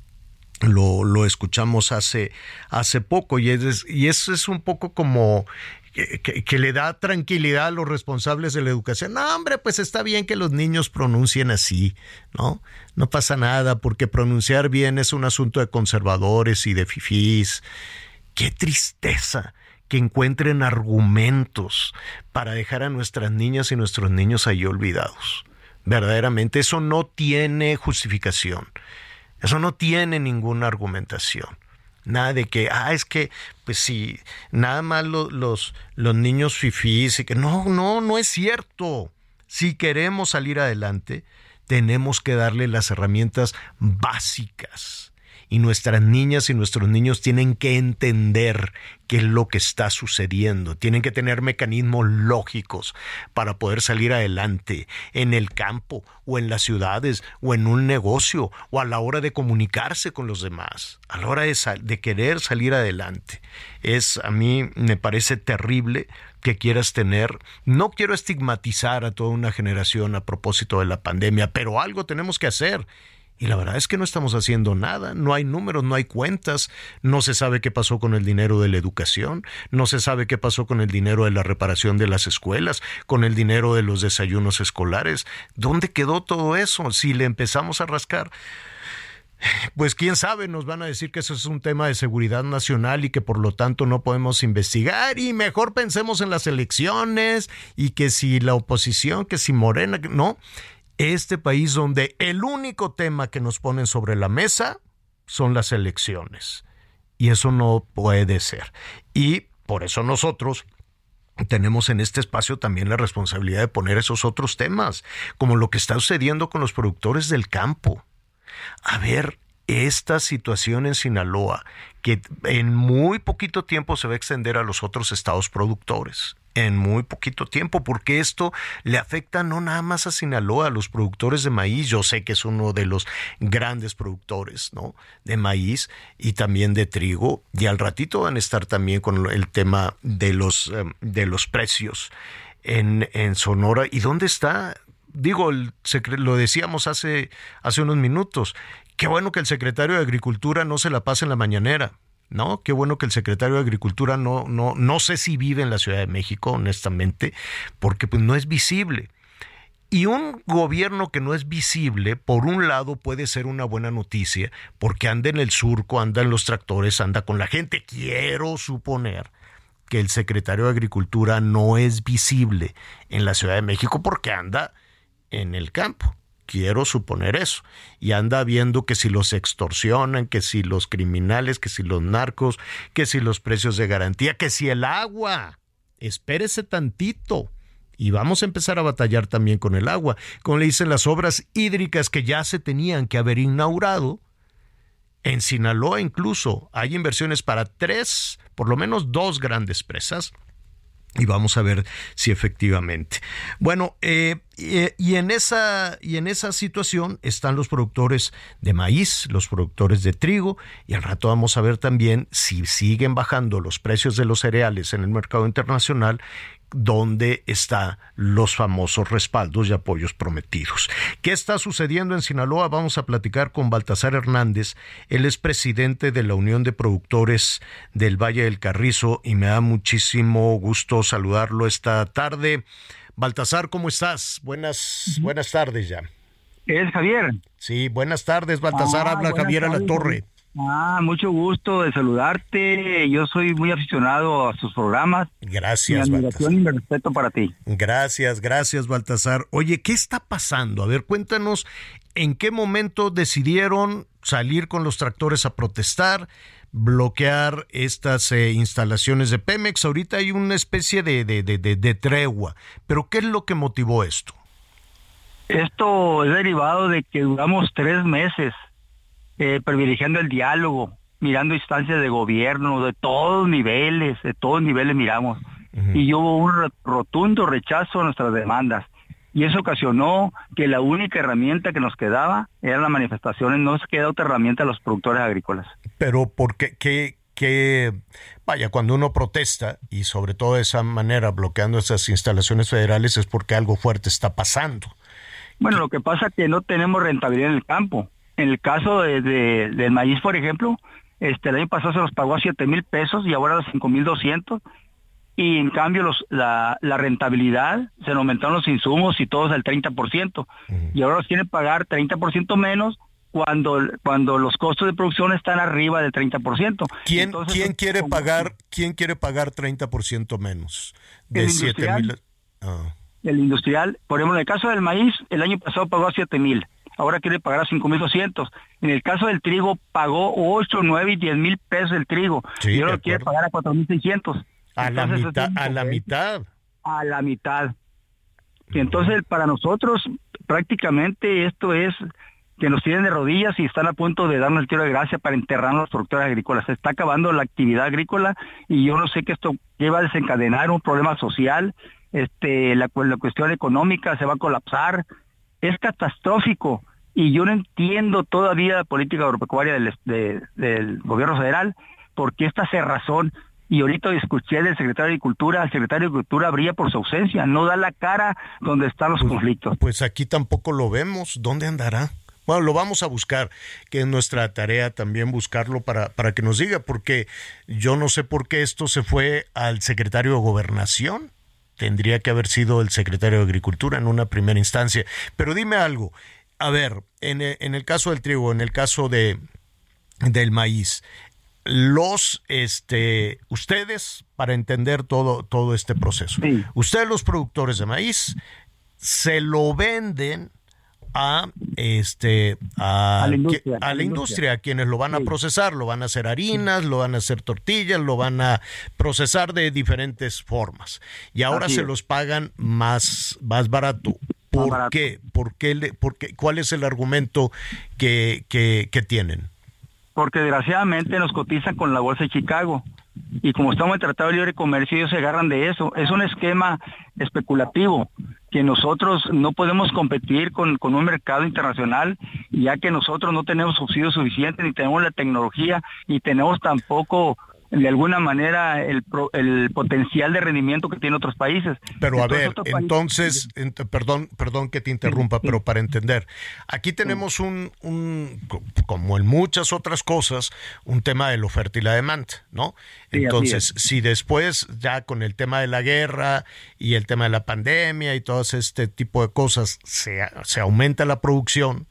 Lo, lo escuchamos hace, hace poco, y, es, y eso es un poco como Que, que, que le da tranquilidad a los responsables de la educación. No, hombre, pues está bien que los niños pronuncien así, ¿no? No pasa nada, porque pronunciar bien es un asunto de conservadores y de fifís. ¡Qué tristeza que encuentren argumentos para dejar a nuestras niñas y nuestros niños ahí olvidados! Verdaderamente, eso no tiene justificación. Eso no tiene ninguna argumentación. Nada de que, ah, es que, pues sí, nada más lo, los, los niños fifís y que no, no, no es cierto. Si queremos salir adelante, tenemos que darle las herramientas básicas. Y nuestras niñas y nuestros niños tienen que entender qué es lo que está sucediendo. Tienen que tener mecanismos lógicos para poder salir adelante en el campo o en las ciudades o en un negocio o a la hora de comunicarse con los demás, a la hora de, sal- de querer salir adelante. Es, a mí me parece terrible que quieras tener, no quiero estigmatizar a toda una generación a propósito de la pandemia, pero algo tenemos que hacer. Y la verdad es que no estamos haciendo nada, no hay números, no hay cuentas, no se sabe qué pasó con el dinero de la educación, no se sabe qué pasó con el dinero de la reparación de las escuelas, con el dinero de los desayunos escolares. ¿Dónde quedó todo eso? Si le empezamos a rascar, pues quién sabe, nos van a decir que eso es un tema de seguridad nacional y que por lo tanto no podemos investigar, y mejor pensemos en las elecciones y que si la oposición, que si Morena, no. Este país donde el único tema que nos ponen sobre la mesa son las elecciones. Y eso no puede ser. Y por eso nosotros tenemos en este espacio también la responsabilidad de poner esos otros temas, como lo que está sucediendo con los productores del campo. A ver, esta situación en Sinaloa, que en muy poquito tiempo se va a extender a los otros estados productores. En muy poquito tiempo, porque esto le afecta no nada más a Sinaloa, a los productores de maíz. Yo sé que es uno de los grandes productores, ¿no?, de maíz y también de trigo, y al ratito van a estar también con el tema de los, um, de los precios en, en Sonora. ¿Y dónde está? Digo, el secre- lo decíamos hace, hace unos minutos, qué bueno que el secretario de Agricultura no se la pase en la mañanera. No, qué bueno que el secretario de Agricultura no, no, no sé si vive en la Ciudad de México, honestamente, porque pues no es visible. Y un gobierno que no es visible, por un lado, puede ser una buena noticia, porque anda en el surco, anda en los tractores, anda con la gente. Quiero suponer que el secretario de Agricultura no es visible en la Ciudad de México porque anda en el campo. Quiero suponer eso. Y anda viendo que si los extorsionan, que si los criminales, que si los narcos, que si los precios de garantía, que si el agua. Espérese tantito. Y vamos a empezar a batallar también con el agua. Como le dicen, las obras hídricas que ya se tenían que haber inaugurado. En Sinaloa incluso hay inversiones para tres, por lo menos dos grandes presas. Y vamos a ver si efectivamente. Bueno, eh, y, y, en esa, y en esa situación están los productores de maíz, los productores de trigo, y al rato vamos a ver también si siguen bajando los precios de los cereales en el mercado internacional, donde están los famosos respaldos y apoyos prometidos. ¿Qué está sucediendo en Sinaloa? Vamos a platicar con Baltasar Hernández. Él es presidente de la Unión de Productores del Valle del Carrizo y me da muchísimo gusto saludarlo esta tarde. Baltasar, ¿cómo estás? Buenas, buenas tardes ya. ¿Es Javier? Sí, buenas tardes, Baltasar. Ah, habla Javier Alatorre. Ah, mucho gusto de saludarte. Yo soy muy aficionado a sus programas. Gracias, mi admiración Baltasar. y mi respeto para ti. Gracias, gracias, Baltasar. Oye, ¿qué está pasando? A ver, cuéntanos, ¿en qué momento decidieron salir con los tractores a protestar, bloquear estas eh, instalaciones de Pemex? Ahorita hay una especie de, de, de, de, de tregua, pero ¿qué es lo que motivó esto? Esto es derivado de que duramos tres meses Eh, privilegiando el diálogo, mirando instancias de gobierno, de todos niveles, de todos niveles miramos. Uh-huh. Y hubo un rotundo rechazo a nuestras demandas. Y eso ocasionó que la única herramienta que nos quedaba eran las manifestaciones, no se queda otra herramienta a los productores agrícolas. Pero ¿por qué? qué, qué vaya, cuando uno protesta, y sobre todo de esa manera bloqueando esas instalaciones federales, es porque algo fuerte está pasando. Bueno, lo que pasa es que no tenemos rentabilidad en el campo. En el caso de, de, del maíz, por ejemplo, este el año pasado se los pagó a siete mil pesos y ahora a cinco mil doscientos. Y en cambio los, la, la rentabilidad, se nos aumentaron los insumos y todos al treinta por ciento. Uh-huh. Y ahora los quieren pagar treinta por ciento menos cuando, cuando los costos de producción están arriba del treinta por ciento. ¿Quién, Entonces, ¿quién quiere como, pagar quién quiere pagar treinta por ciento menos? De siete mil. Oh. El industrial, por ejemplo, en el caso del maíz, el año pasado pagó a siete mil. Ahora quiere pagar a cinco mil doscientos. En el caso del trigo, pagó ocho, nueve y diez mil pesos el trigo. Sí, y ahora quiere pagar a cuatro mil seiscientos. A la mitad, a la mitad. A la mitad. Y entonces, para nosotros, prácticamente esto es que nos tienen de rodillas y están a punto de darnos el tiro de gracia para enterrar a los productores agrícolas. Se está acabando la actividad agrícola y yo no sé que esto lleva a desencadenar un problema social, este, la, la cuestión económica se va a colapsar. Es catastrófico y yo no entiendo todavía la política agropecuaria del, de, del gobierno federal porque esta cerrazón, y ahorita escuché del secretario de Agricultura, el secretario de Agricultura brilla por su ausencia, no da la cara donde están los pues, conflictos. Pues aquí tampoco lo vemos, ¿dónde andará? Bueno, lo vamos a buscar, que es nuestra tarea también buscarlo para, para que nos diga, porque yo no sé por qué esto se fue al secretario de Gobernación. Tendría que haber sido el secretario de Agricultura en una primera instancia. Pero dime algo, a ver, en el, en el caso del trigo, en el caso de del maíz, los, este, ustedes, para entender todo, todo este proceso, sí. Ustedes los productores de maíz, se lo venden a este a, a la industria, a, a la industria, a quienes lo van a procesar, lo van a hacer harinas, lo van a hacer tortillas, lo van a procesar de diferentes formas. Y ahora Así se es. los pagan más, más barato. ¿Por barato. qué? ¿Por qué, le, por qué? ¿Cuál es el argumento que, que, que tienen? Porque desgraciadamente nos cotizan con la bolsa de Chicago. Y como estamos en Tratado de Libre Comercio, ellos se agarran de eso. Es un esquema especulativo que nosotros no podemos competir con, con un mercado internacional, ya que nosotros no tenemos subsidios suficientes, ni tenemos la tecnología, ni tenemos tampoco, de alguna manera, el, el potencial de rendimiento que tienen otros países. Pero a ver, entonces, ent- perdón, perdón que te interrumpa, sí, sí. pero para entender, aquí tenemos un, un, como en muchas otras cosas, un tema de la oferta y la demanda, ¿no? Entonces, sí, si después, ya con el tema de la guerra y el tema de la pandemia y todo este tipo de cosas, se, se aumenta la producción,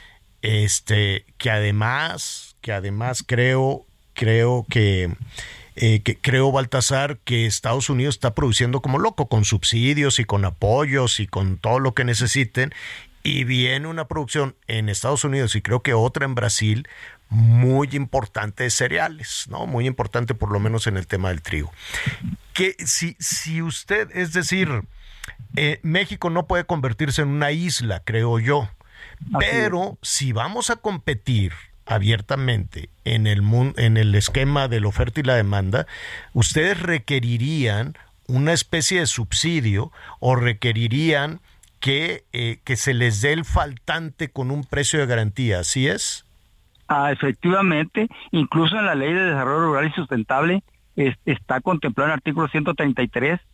este, que además, que además creo... Creo que, eh, que creo, Baltasar, que Estados Unidos está produciendo como loco, con subsidios y con apoyos y con todo lo que necesiten, y viene una producción en Estados Unidos y creo que otra en Brasil muy importante de cereales, ¿no? Muy importante por lo menos en el tema del trigo. Que si, si usted, es decir, eh, México no puede convertirse en una isla, creo yo, pero si vamos a competir abiertamente en el en el esquema de la oferta y la demanda, ustedes requerirían una especie de subsidio o requerirían que, eh, que se les dé el faltante con un precio de garantía, ¿así es? Ah, efectivamente, incluso en la Ley de Desarrollo Rural y Sustentable es, está contemplado en el artículo ciento treinta y tres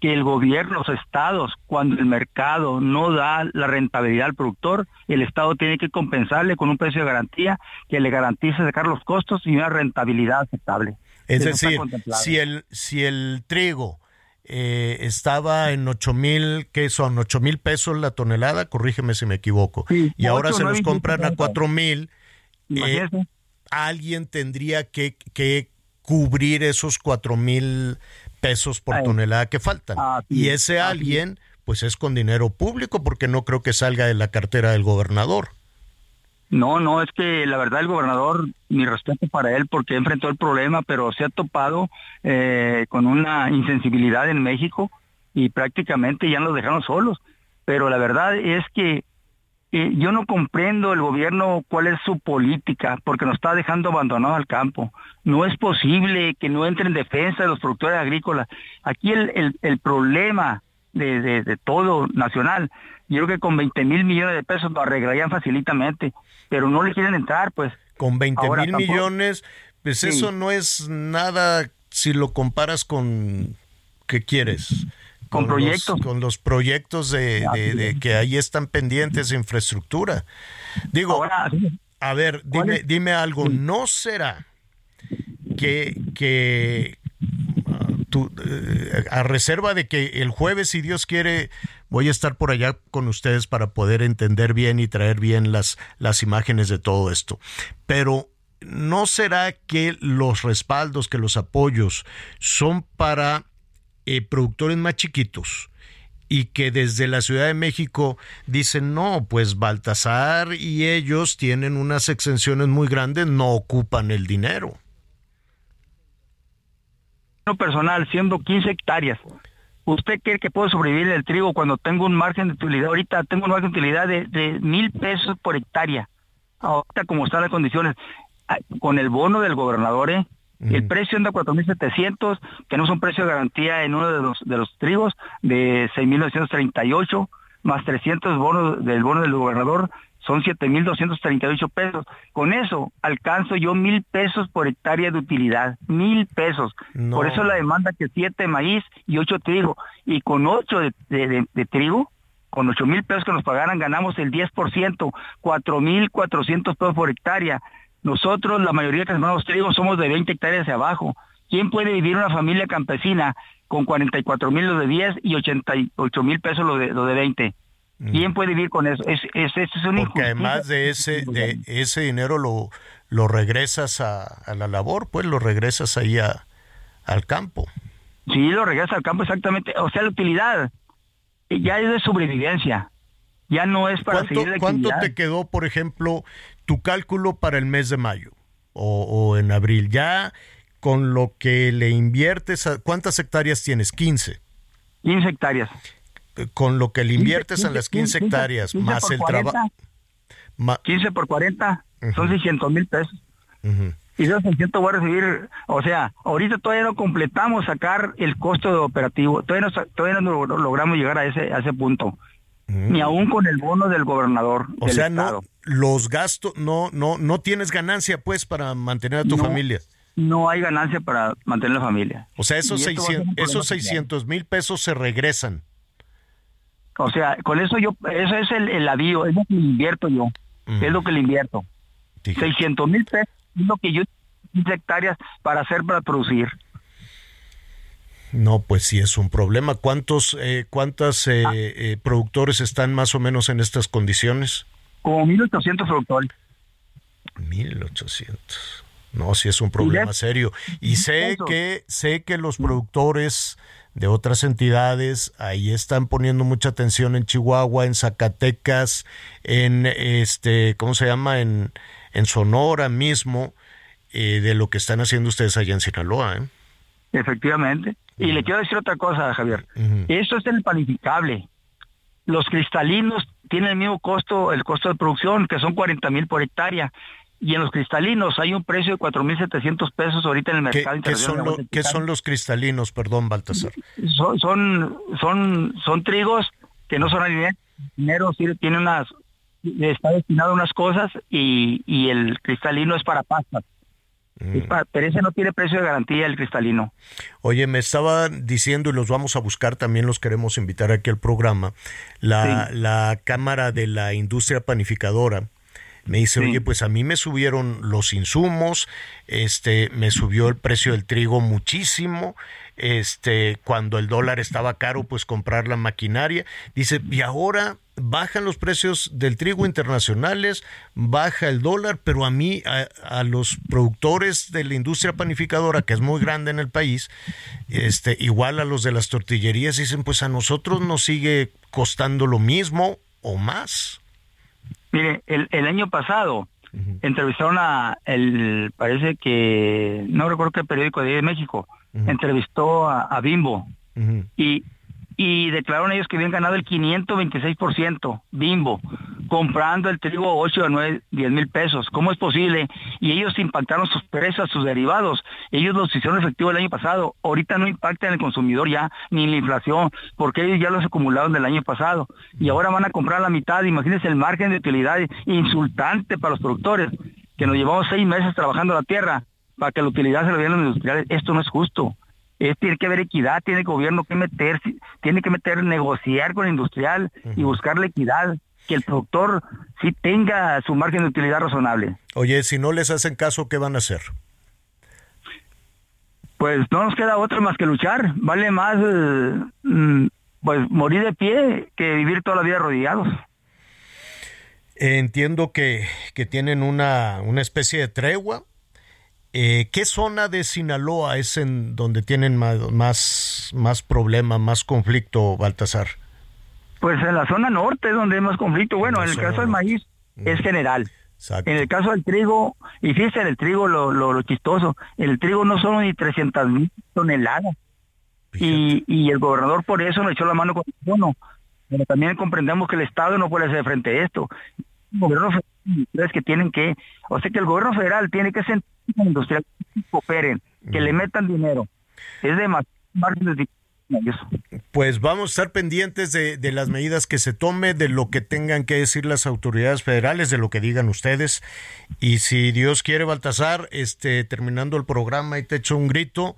que el gobierno, los estados, cuando el mercado no da la rentabilidad al productor, el estado tiene que compensarle con un precio de garantía que le garantice sacar los costos y una rentabilidad aceptable. Es Eso decir, si el, si el trigo eh, estaba en ocho mil, ¿qué son? ocho mil pesos la tonelada, corrígeme si me equivoco, sí, y ahora se los compran a cuatro mil, eh, alguien tendría que, que cubrir esos cuatro mil pesos por Ay. tonelada que faltan. Ah, sí, y ese ah, alguien, pues es con dinero público, porque no creo que salga de la cartera del gobernador. No, no, es que la verdad el gobernador, mi respeto para él, porque enfrentó el problema, pero se ha topado eh, con una insensibilidad en México y prácticamente ya nos dejaron solos. Pero la verdad es que eh, yo no comprendo el gobierno cuál es su política, porque nos está dejando abandonados al campo. No es posible que no entre en defensa de los productores agrícolas. Aquí el, el, el problema de, de, de todo nacional, yo creo que con veinte mil millones de pesos lo arreglarían facilitamente, pero no le quieren entrar, pues. Con veinte mil millones, pues sí. Eso no es nada si lo comparas con, ¿qué quieres? Con, con proyectos. Los, con los proyectos de, de, de que ahí están pendientes de infraestructura. Digo, Ahora, a ver, dime, es? dime algo, ¿no será que, que tú, eh, a reserva de que el jueves, si Dios quiere, voy a estar por allá con ustedes para poder entender bien y traer bien las, las imágenes de todo esto, pero ¿no será que los respaldos, que los apoyos son para eh, productores más chiquitos y que desde la Ciudad de México dicen, no, pues Baltasar y ellos tienen unas exenciones muy grandes, no ocupan el dinero? Personal, siendo quince hectáreas, ¿usted cree que puedo sobrevivir del trigo cuando tengo un margen de utilidad? Ahorita tengo un margen de utilidad de, de mil pesos por hectárea. Ahorita como están las condiciones, con el bono del gobernador, ¿eh? Mm. El precio anda a cuatro mil setecientos, tenemos un precio de garantía en uno de los de los trigos de seis mil novecientos treinta y ocho, más trescientos bonos del bono del gobernador, son siete mil doscientos treinta y ocho pesos. Con eso alcanzo yo mil pesos por hectárea de utilidad, mil pesos. No. Por eso la demanda que siete maíz y ocho trigo. Y con ocho de, de, de, de trigo, con ocho mil pesos que nos pagaran, ganamos el diez por ciento, cuatro mil cuatrocientos pesos por hectárea. Nosotros, la mayoría que sembramos trigo, somos de veinte hectáreas hacia abajo. ¿Quién puede vivir una familia campesina con cuarenta y cuatro mil los de diez y ochenta y ocho mil pesos los de, los de veinte? ¿Quién puede vivir con eso? Es, es, es, es un Porque además de ese de ese dinero lo, lo regresas a, a la labor, pues lo regresas ahí a, al campo. Sí, lo regresas al campo, exactamente. O sea, la utilidad ya es de sobrevivencia, ya no es para seguir la ¿Cuánto te quedó, por ejemplo, tu cálculo para el mes de mayo o, o en abril? Ya con lo que le inviertes, a, ¿cuántas hectáreas tienes? quince. quince hectáreas. Con lo que le inviertes quince, a las quince, quince hectáreas, quince más el trabajo. Ma- quince por cuarenta, uh-huh. Son seiscientos mil pesos. Uh-huh. Y esos seiscientos voy a recibir, o sea, ahorita todavía no completamos sacar el costo de operativo, todavía no, todavía no logramos llegar a ese, a ese punto. Uh-huh. Ni aún con el bono del gobernador. O del sea, estado. no, los gastos, no, no, no tienes ganancia, pues, para mantener a tu no, familia. No hay ganancia para mantener la familia. O sea, esos seiscientos, esos seiscientos mil pesos se regresan. O sea, con eso yo, eso es el, el avío, es lo que le invierto yo, mm. es lo que le invierto. Sí. seiscientos mil pesos es lo que yo quince hectáreas para hacer, para producir. No, pues sí es un problema. ¿Cuántos eh, cuántos eh, ah. eh, productores están más o menos en estas condiciones? Como mil ochocientos productores. mil ochocientos. No, sí es un problema serio. Y sé que sé que los productores de otras entidades ahí están poniendo mucha atención en Chihuahua, en Zacatecas, en este, ¿cómo se llama? En, en Sonora mismo, eh, de lo que están haciendo ustedes allá en Sinaloa, ¿eh? Efectivamente. Y uh-huh. le quiero decir otra cosa, Javier. Uh-huh. Eso es el panificable. Los cristalinos tienen el mismo costo, el costo de producción, que son cuarenta mil por hectárea. Y en los cristalinos hay un precio de cuatro mil setecientos pesos ahorita en el mercado ¿Qué, internacional. ¿qué son, lo, ¿Qué son los cristalinos? Perdón, Baltasar. Son, son, son, son trigos que no son alimentos. El dinero tiene unas, está destinado a unas cosas y, y el cristalino es para pastas. Y pa, pero ese no tiene precio de garantía, el cristalino. Oye, me estaba diciendo, y los vamos a buscar, también los queremos invitar aquí al programa, la, sí. la Cámara de la Industria Panificadora. Me dice, sí. oye, pues a mí me subieron los insumos, este, me subió el precio del trigo muchísimo, este, cuando el dólar estaba caro, pues comprar la maquinaria. Dice, y ahora bajan los precios del trigo internacionales, baja el dólar, pero a mí, a, a los productores de la industria panificadora, que es muy grande en el país, este, igual a los de las tortillerías, dicen, pues a nosotros nos sigue costando lo mismo o más. Mire, el, el año pasado uh-huh. entrevistaron a, el parece que, no recuerdo qué periódico de México, uh-huh. entrevistó a, a Bimbo uh-huh. y, y declararon ellos que habían ganado el quinientos veintiséis por ciento, Bimbo, comprando el trigo ocho a nueve, diez mil pesos. ¿Cómo es posible? Y ellos impactaron sus precios, sus derivados. Ellos los hicieron efectivo el año pasado. Ahorita no impacta en el consumidor ya, ni en la inflación, porque ellos ya los acumularon del año pasado. Y ahora van a comprar la mitad. Imagínense el margen de utilidad insultante para los productores, que nos llevamos seis meses trabajando la tierra para que la utilidad se lo dieran los industriales. Esto no es justo. Es, tiene que haber equidad, tiene el gobierno que meter, tiene que meter, negociar con el industrial uh-huh. y buscar la equidad, que el productor sí tenga su margen de utilidad razonable. Oye, si no les hacen caso, ¿qué van a hacer? Pues no nos queda otra más que luchar. Vale más eh, pues morir de pie que vivir toda la vida arrodillados. Entiendo que, que tienen una, una especie de tregua. Eh, ¿Qué zona de Sinaloa es en donde tienen más, más, más problema, más conflicto, Baltasar? Pues en la zona norte es donde hay más conflicto. Bueno, en, en el caso del maíz mm. es general. Exacto. En el caso del trigo, y fíjate en el trigo lo, lo, lo chistoso, el trigo no son ni trescientas mil toneladas. Y, y el gobernador por eso nos echó la mano con el bono. Pero también comprendemos que el Estado no puede hacer frente a esto. El gobierno federal que tienen que, o sea que el gobierno federal tiene que sentir que los industriales cooperen, que mm. le metan dinero. Es demasiado margen de Pues vamos a estar pendientes de, de las medidas que se tome, de lo que tengan que decir las autoridades federales, de lo que digan ustedes. Y si Dios quiere, Baltasar, este, terminando el programa y te echo un grito,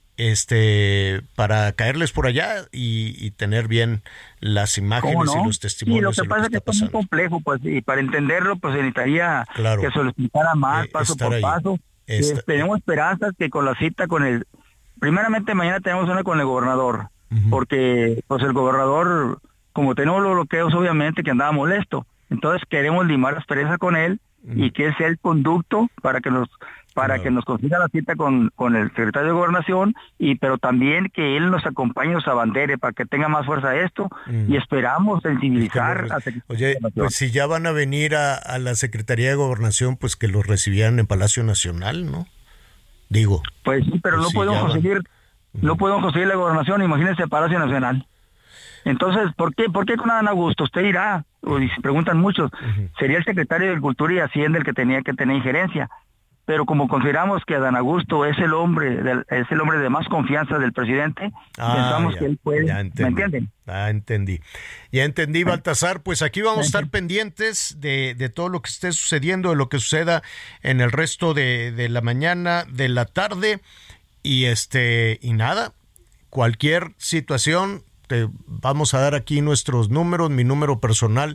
este, para caerles por allá y, y tener bien las imágenes no? y los testimonios. Sí, lo que pasa es que esto es muy complejo, pues, y para entenderlo, pues necesitaría claro. que se lo explicara más, eh, paso por ahí. paso. Esta... Tenemos esperanzas que con la cita con el primeramente mañana tenemos una con el gobernador, uh-huh. porque pues el gobernador, como tenemos los bloqueos, obviamente que andaba molesto, entonces queremos limar la experiencia con él uh-huh. y que él sea el conducto para que nos para uh-huh. que nos consiga la cita con, con el secretario de Gobernación, y pero también que él nos acompañe, nos abandere para que tenga más fuerza esto uh-huh. y esperamos sensibilizar. Es que lo, oye, pues si ya van a venir a, a la Secretaría de Gobernación, pues que los recibieran en Palacio Nacional, ¿no? Digo. Pues sí, pero pues no sí, podemos conseguir, uh-huh. no podemos conseguir la gobernación, imagínense el Palacio Nacional. Entonces, ¿por qué, por qué con Adán Augusto? Usted dirá, o se preguntan muchos, uh-huh. sería el secretario de Agricultura y Hacienda el que tenía que tener injerencia. Pero como consideramos que Adán Augusto es el hombre, del, es el hombre de más confianza del presidente, ah, pensamos ya, que él puede, ¿me entienden? Ah, entendí. Ya entendí, Baltasar. Pues aquí vamos a estar pendientes de, de todo lo que esté sucediendo, de lo que suceda en el resto de, de la mañana, de la tarde, y este y nada, cualquier situación, te vamos a dar aquí nuestros números, mi número personal,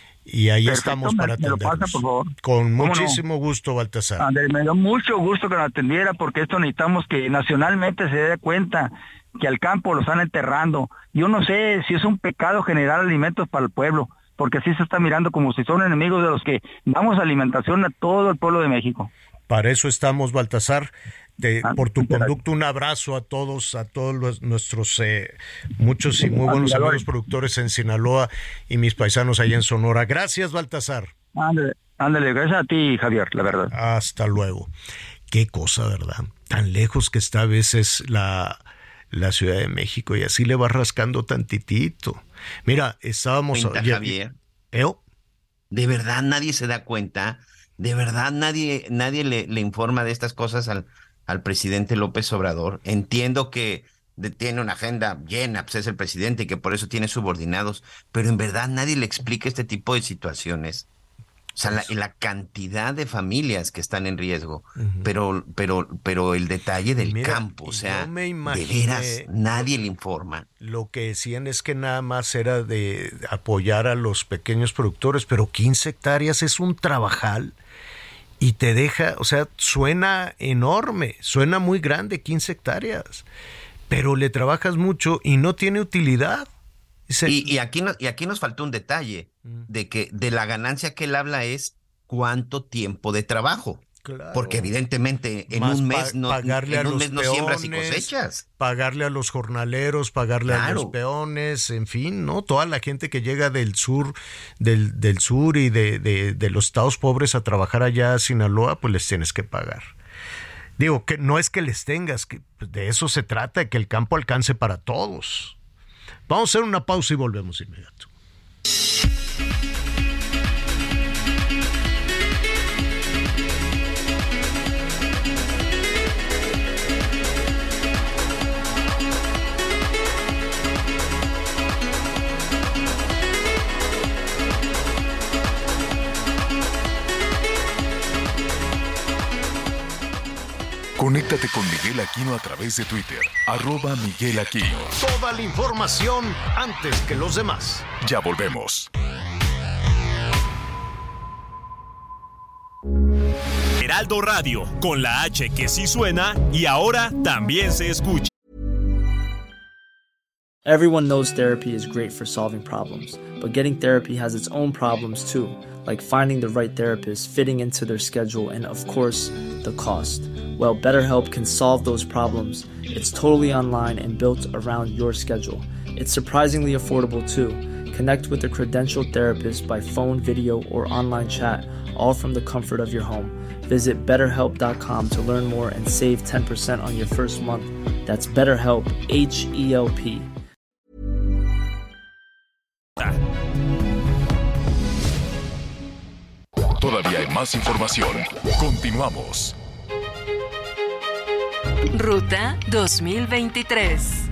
y ahí Perfecto, estamos para atendernos. Me lo pasa, por favor. Con muchísimo no? gusto, Baltasar. Andrés, me dio mucho gusto que nos atendiera, porque esto necesitamos que nacionalmente se dé cuenta que al campo lo están enterrando. Yo no sé si es un pecado generar alimentos para el pueblo, porque así se está mirando como si son enemigos de los que damos alimentación a todo el pueblo de México. Para eso estamos, Baltasar. Te, por tu conducto, un abrazo a todos, a todos los, nuestros eh, muchos y muy buenos amigos productores en Sinaloa y mis paisanos allá en Sonora. Gracias, Baltasar. Ándale, ándale, gracias a ti, Javier, la verdad. Hasta luego. Qué cosa, ¿verdad? Tan lejos que está a veces la, la Ciudad de México, y así le va rascando tantitito. Mira, estábamos... Cuenta, ya, Javier. ¿Eh? De verdad nadie se da cuenta, de verdad nadie, nadie le, le informa de estas cosas al... al presidente López Obrador. Entiendo que de, tiene una agenda llena, pues es el presidente y que por eso tiene subordinados, pero en verdad nadie le explica este tipo de situaciones. O sea, la, la cantidad de familias que están en riesgo, uh-huh. pero, pero, pero el detalle del Mira, campo, o sea, de veras, nadie le informa. Lo que decían es que nada más era de apoyar a los pequeños productores, pero quince hectáreas es un trabajal y te deja, o sea, suena enorme, suena muy grande, quince hectáreas, pero le trabajas mucho y no tiene utilidad. Se... Y, y, aquí no, y aquí nos faltó un detalle, de que de la ganancia que él habla es cuánto tiempo de trabajo. Claro. Porque evidentemente en Más un mes no, pagarle en a un los mes no peones, siembras y cosechas. Pagarle a los jornaleros, pagarle claro. a los peones, en fin, ¿no? Toda la gente que llega del sur, del, del sur y de, de, de los estados pobres a trabajar allá a Sinaloa, pues les tienes que pagar. Digo, que no es que les tengas, que de eso se trata, de que el campo alcance para todos. Vamos a hacer una pausa y volvemos inmediato. Conéctate con Miguel Aquino a través de Twitter, arroba Miguel Aquino. Toda la información antes que los demás. Ya volvemos. Heraldo Radio, con la H que sí suena y ahora también se escucha. Everyone knows therapy is great for solving problems, but getting therapy has its own problems too, like finding the right therapist, fitting into their schedule, and of course, the cost. Well, BetterHelp can solve those problems. It's totally online and built around your schedule. It's surprisingly affordable too. Connect with a credentialed therapist by phone, video, or online chat, all from the comfort of your home. Visit better help dot com to learn more and save ten percent on your first month. That's BetterHelp, H E L P. Todavía hay más información. Continuamos. Ruta dos mil veintitrés.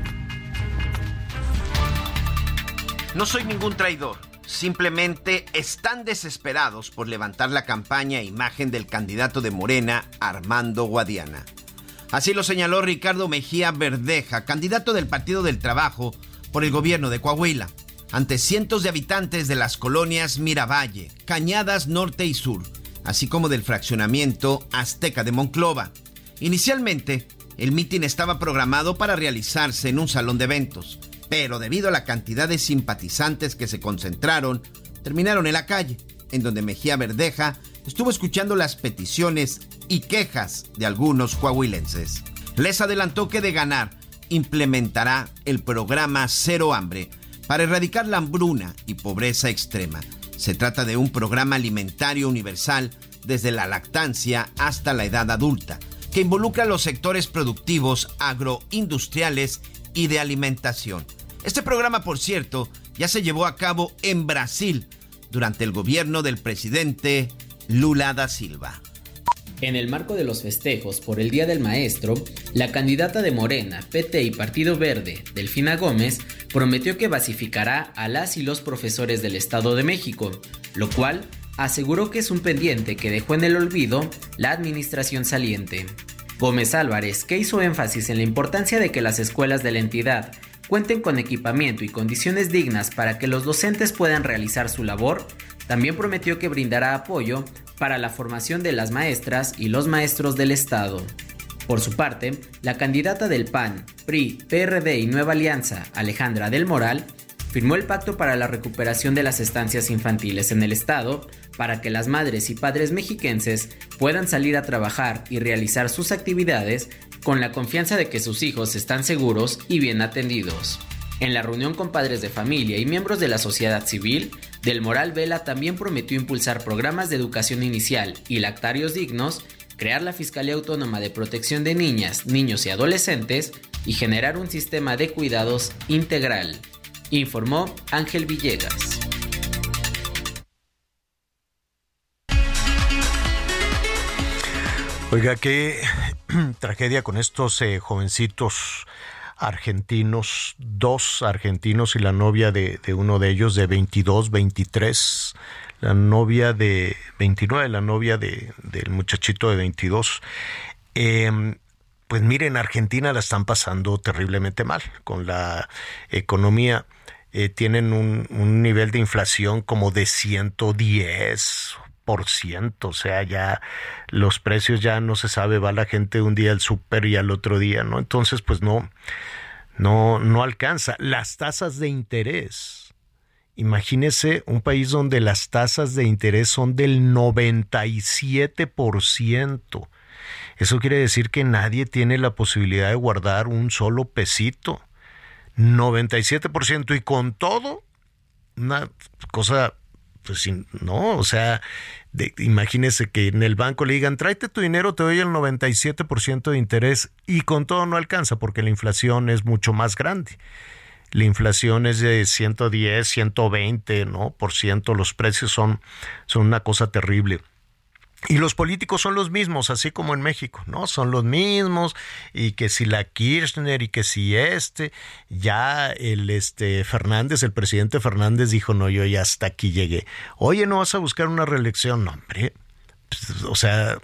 No soy ningún traidor. Simplemente están desesperados por levantar la campaña e imagen del candidato de Morena, Armando Guadiana. Así lo señaló Ricardo Mejía Verdeja, candidato del Partido del Trabajo por el gobierno de Coahuila, ante cientos de habitantes de las colonias Miravalle, Cañadas Norte y Sur, así como del fraccionamiento Azteca de Monclova. Inicialmente, el mitin estaba programado para realizarse en un salón de eventos, pero debido a la cantidad de simpatizantes que se concentraron, terminaron en la calle, en donde Mejía Verdeja estuvo escuchando las peticiones y quejas de algunos coahuilenses. Les adelantó que de ganar, implementará el programa Cero Hambre para erradicar la hambruna y pobreza extrema. Se trata de un programa alimentario universal desde la lactancia hasta la edad adulta, que involucra a los sectores productivos agroindustriales y de alimentación. Este programa, por cierto, ya se llevó a cabo en Brasil durante el gobierno del presidente Lula da Silva. En el marco de los festejos por el Día del Maestro, la candidata de Morena, P T y Partido Verde, Delfina Gómez, prometió que basificará a las y los profesores del Estado de México, lo cual aseguró que es un pendiente que dejó en el olvido la administración saliente. Gómez Álvarez, que hizo énfasis en la importancia de que las escuelas de la entidad cuenten con equipamiento y condiciones dignas para que los docentes puedan realizar su labor, también prometió que brindará apoyo para la formación de las maestras y los maestros del Estado. Por su parte, la candidata del P A N, P R I, P R D y Nueva Alianza, Alejandra del Moral, firmó el pacto para la recuperación de las estancias infantiles en el Estado para que las madres y padres mexiquenses puedan salir a trabajar y realizar sus actividades con la confianza de que sus hijos están seguros y bien atendidos. En la reunión con padres de familia y miembros de la sociedad civil, Del Moral Vela también prometió impulsar programas de educación inicial y lactarios dignos, crear la Fiscalía Autónoma de Protección de Niñas, Niños y Adolescentes y generar un sistema de cuidados integral, informó Ángel Villegas. Oiga, qué tragedia con estos eh, jovencitos argentinos, dos argentinos y la novia de, de uno de ellos de veintidós, veintitrés, la novia de veintinueve, la novia de, del muchachito de veintidós. Eh, pues miren, Argentina la están pasando terriblemente mal con la economía. Eh, tienen un, un nivel de inflación como de ciento diez por ciento, o sea, ya los precios ya no se sabe, va la gente un día al súper y al otro día, ¿no? Entonces, pues no, no, no alcanza. Las tasas de interés, imagínese un país donde las tasas de interés son del noventa y siete por ciento. Eso quiere decir que nadie tiene la posibilidad de guardar un solo pesito. noventa y siete por ciento, y con todo, una cosa... Pues no, o sea, de, imagínese que en el banco le digan, tráete tu dinero, te doy el noventa y siete por ciento de interés, y con todo no alcanza porque la inflación es mucho más grande. La inflación es de ciento diez, ciento veinte, ¿no? por ciento, los precios son, son una cosa terrible. Y los políticos son los mismos, así como en México, ¿no? Son los mismos, y que si la Kirchner y que si este, ya el este Fernández, el presidente Fernández dijo, no, yo ya hasta aquí llegué. Oye, ¿no vas a buscar una reelección? No, hombre, pues, o sea,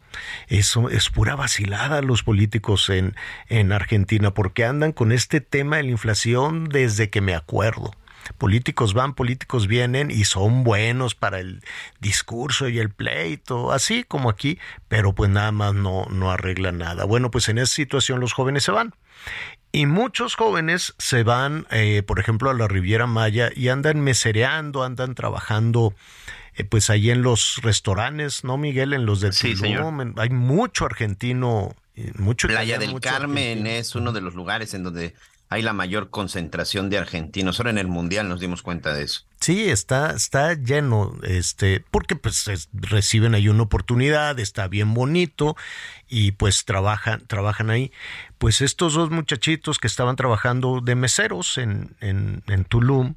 eso es pura vacilada los políticos en, en Argentina, porque andan con este tema de la inflación desde que me acuerdo. Políticos van, políticos vienen y son buenos para el discurso y el pleito, así como aquí, pero pues nada más no, no arreglan nada. Bueno, pues en esa situación los jóvenes se van. Y muchos jóvenes se van, eh, por ejemplo, a la Riviera Maya y andan mesereando, andan trabajando eh, pues ahí en los restaurantes, ¿no, Miguel? En los del sí, Tulum. En, hay mucho argentino, mucho Playa italiano, del mucho Carmen argentino. Es uno de los lugares en donde hay la mayor concentración de argentinos. Ahora en el Mundial nos dimos cuenta de eso. Sí, está, está lleno, este, porque pues es, reciben ahí una oportunidad, está bien bonito y pues trabajan, trabajan ahí. Pues estos dos muchachitos que estaban trabajando de meseros en, en, en Tulum,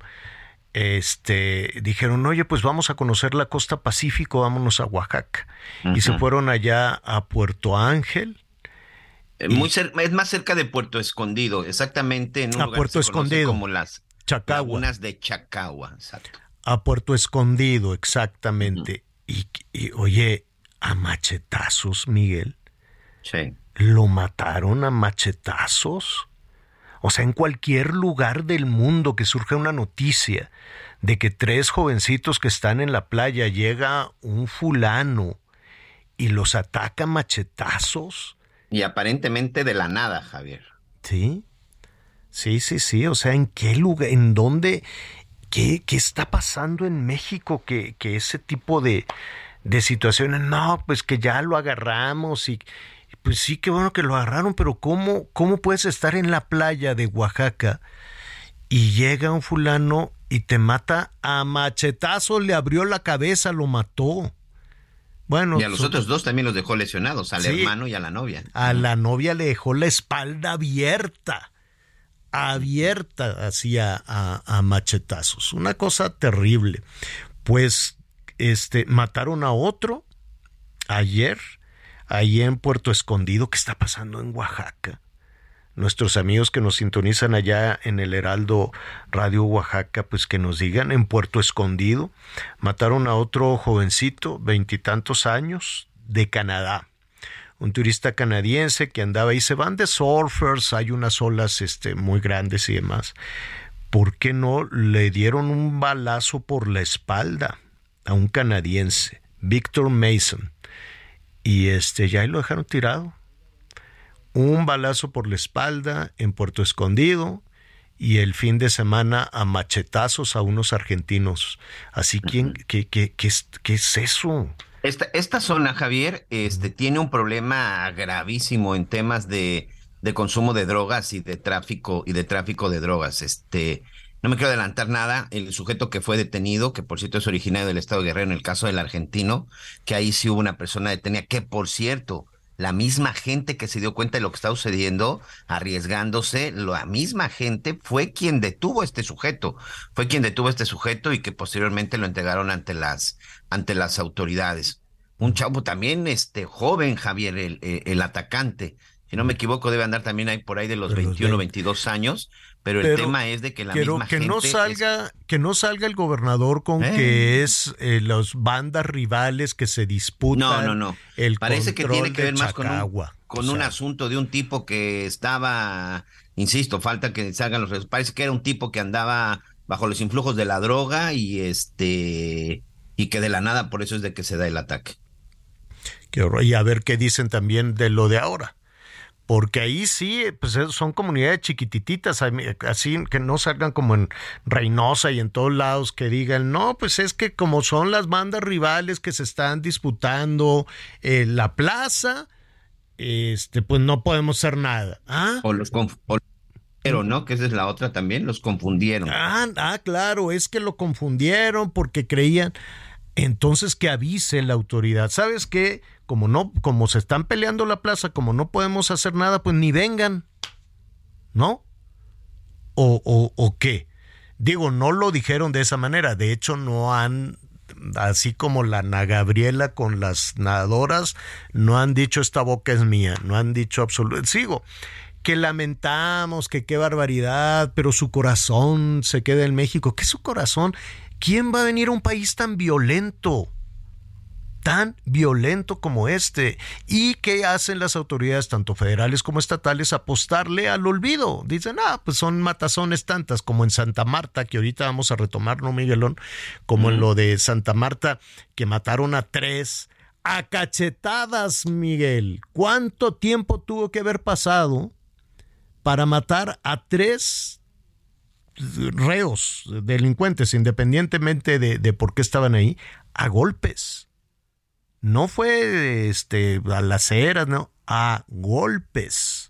este, dijeron, oye, pues vamos a conocer la costa Pacífico, vámonos a Oaxaca. Uh-huh. Y se fueron allá a Puerto Ángel. Muy cer- es más cerca de Puerto Escondido, exactamente en un a lugar Puerto que se Escondido, como las Chacagua. Lagunas de Chacagua, exacto. A Puerto Escondido, exactamente. Uh-huh. y, y oye, a machetazos, Miguel. Sí. Lo mataron a machetazos. O sea, en cualquier lugar del mundo que surja una noticia de que tres jovencitos que están en la playa llega un fulano y los ataca a machetazos. Y aparentemente de la nada, Javier. Sí, sí, sí, sí. O sea, ¿en qué lugar, en dónde, qué, qué está pasando en México que, que ese tipo de, de situaciones? No, pues que ya lo agarramos y pues sí, qué bueno que lo agarraron, pero ¿cómo, cómo puedes estar en la playa de Oaxaca y llega un fulano y te mata a machetazos, le abrió la cabeza, lo mató? Bueno, y a los su... otros dos también los dejó lesionados, al sí, hermano y a la novia. A la novia le dejó la espalda abierta, abierta, así a, a, a machetazos. Una cosa terrible. Pues este, mataron a otro ayer, ahí en Puerto Escondido. ¿Qué está pasando en Oaxaca? Nuestros amigos que nos sintonizan allá en el Heraldo Radio Oaxaca, pues que nos digan, en Puerto Escondido mataron a otro jovencito, veintitantos años, de Canadá, un turista canadiense que andaba ahí. Se van de surfers, hay unas olas este, muy grandes y demás. ¿Por qué no le dieron un balazo por la espalda a un canadiense, Victor Mason, y este ya ahí lo dejaron tirado? Un balazo por la espalda en Puerto Escondido y el fin de semana a machetazos a unos argentinos. Así que, ¿qué, qué, qué, es, qué es eso? Esta, esta zona, Javier, este, tiene un problema gravísimo en temas de, de consumo de drogas y de tráfico y de tráfico de drogas. Este, no me quiero adelantar nada. El sujeto que fue detenido, que por cierto es originario del estado de Guerrero, en el caso del argentino, que ahí sí hubo una persona detenida, que por cierto, la misma gente que se dio cuenta de lo que está sucediendo, arriesgándose, la misma gente fue quien detuvo a este sujeto, fue quien detuvo a este sujeto y que posteriormente lo entregaron ante las, ante las autoridades. Un chavo también este, joven, Javier, el, el atacante, Si no me equivoco, debe andar también ahí por ahí de los pero veintiuno, veintidós años, pero, pero el tema es de que la pero misma que gente... No salga, es... Que no salga el gobernador con eh. que es eh, las bandas rivales que se disputan. No, no, no. El Parece que tiene que ver más con un, con o sea, un asunto de un tipo que estaba, insisto, falta que salgan los resultados. Parece que era un tipo que andaba bajo los influjos de la droga y este y que de la nada por eso es de que se da el ataque. Qué horror. Y a ver qué dicen también de lo de ahora. Porque ahí sí, pues son comunidades chiquitititas, así que no salgan como en Reynosa y en todos lados que digan, no, pues es que como son las bandas rivales que se están disputando eh, la plaza, este, pues no podemos hacer nada. ¿Ah? O los confundieron, ¿no? Que esa es la otra también, los confundieron. Ah, ah, claro, es que lo confundieron porque creían... Entonces que avise la autoridad. ¿Sabes qué? Como no, como se están peleando la plaza, como no podemos hacer nada, pues ni vengan, ¿no? O, o, o qué. Digo, no lo dijeron de esa manera. De hecho, no han, así como la Ana Gabriela con las nadadoras, no han dicho esta boca es mía. No han dicho absolutamente. Sigo. Que lamentamos, que qué barbaridad, pero su corazón se queda en México. ¿Qué es su corazón? ¿Quién va a venir a un país tan violento? Tan violento como este. ¿Y qué hacen las autoridades, tanto federales como estatales? Apostarle al olvido. Dicen, ah, pues son matazones tantas como en Santa Marta, que ahorita vamos a retomar, ¿no, Miguelón? Como mm. en lo de Santa Marta, que mataron a tres a cachetadas, Miguel. ¿Cuánto tiempo tuvo que haber pasado para matar a tres reos, delincuentes, independientemente de, de por qué estaban ahí, a golpes? No fue este, a las ceras, no, a golpes.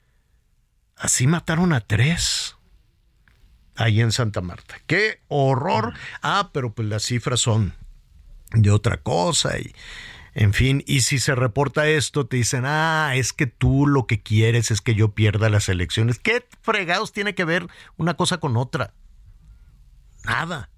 Así mataron a tres ahí en Santa Marta. ¡Qué horror! Ah, pero pues las cifras son de otra cosa y... En fin, y si se reporta esto, te dicen, ah, es que tú lo que quieres es que yo pierda las elecciones. ¿Qué fregados tiene que ver una cosa con otra? Nada.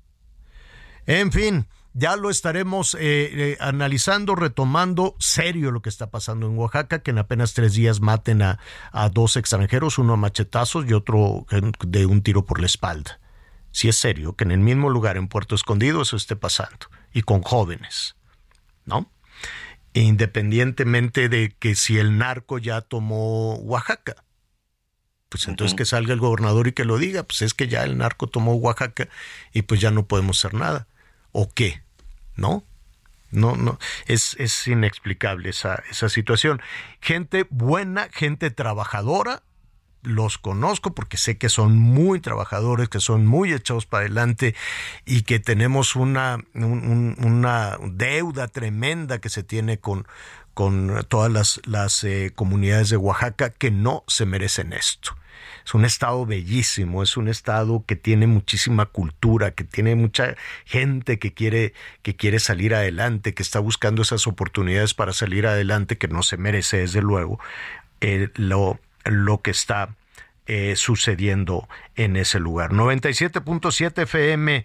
En fin, ya lo estaremos eh, eh, analizando, retomando serio lo que está pasando en Oaxaca, que en apenas tres días maten a, a dos extranjeros, uno a machetazos y otro de un tiro por la espalda. Si es serio que en el mismo lugar, en Puerto Escondido, eso esté pasando, y con jóvenes, ¿no? Independientemente de que si el narco ya tomó Oaxaca, pues entonces uh-huh. que salga el gobernador y que lo diga, pues es que ya el narco tomó Oaxaca y pues ya no podemos hacer nada. ¿O qué? ¿No? No, no, es, es inexplicable esa, esa situación. Gente buena, gente trabajadora, los conozco porque sé que son muy trabajadores, que son muy echados para adelante y que tenemos una, un, una deuda tremenda que se tiene con, con todas las, las eh, comunidades de Oaxaca que no se merecen esto. Es un estado bellísimo, es un estado que tiene muchísima cultura, que tiene mucha gente que quiere, que quiere salir adelante, que está buscando esas oportunidades para salir adelante, que no se merece desde luego eh, lo lo que está eh, sucediendo en ese lugar. noventa y siete punto siete F M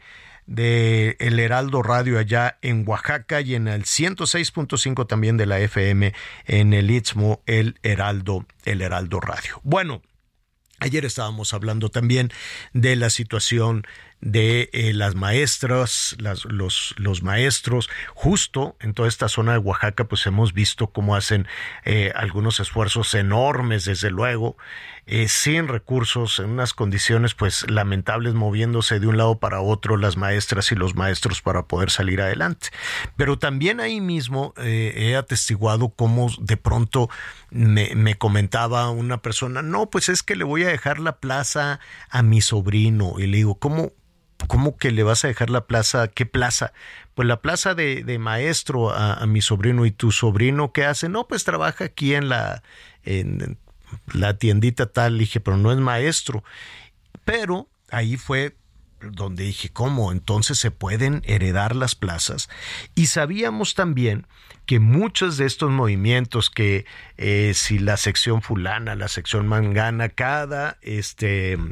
de El Heraldo Radio allá en Oaxaca y en el ciento seis punto cinco también de la F M en el Istmo, El Heraldo, El Heraldo Radio. Bueno, ayer estábamos hablando también de la situación de eh, las maestras, las, los, los maestros, justo en toda esta zona de Oaxaca, pues hemos visto cómo hacen eh, algunos esfuerzos enormes, desde luego, eh, sin recursos, en unas condiciones pues lamentables, moviéndose de un lado para otro las maestras y los maestros para poder salir adelante. Pero también ahí mismo eh, he atestiguado cómo de pronto me, me comentaba una persona, no, pues es que le voy a dejar la plaza a mi sobrino, y le digo, ¿cómo? ¿Cómo que le vas a dejar la plaza? ¿Qué plaza? Pues la plaza de, de maestro a, a mi sobrino. ¿Y tu sobrino qué hace? No, pues trabaja aquí en la, en la tiendita tal. Dije, pero no es maestro. Pero ahí fue donde dije, ¿cómo? Entonces se pueden heredar las plazas. Y sabíamos también que muchos de estos movimientos, que eh, si la sección fulana, la sección mangana, cada este...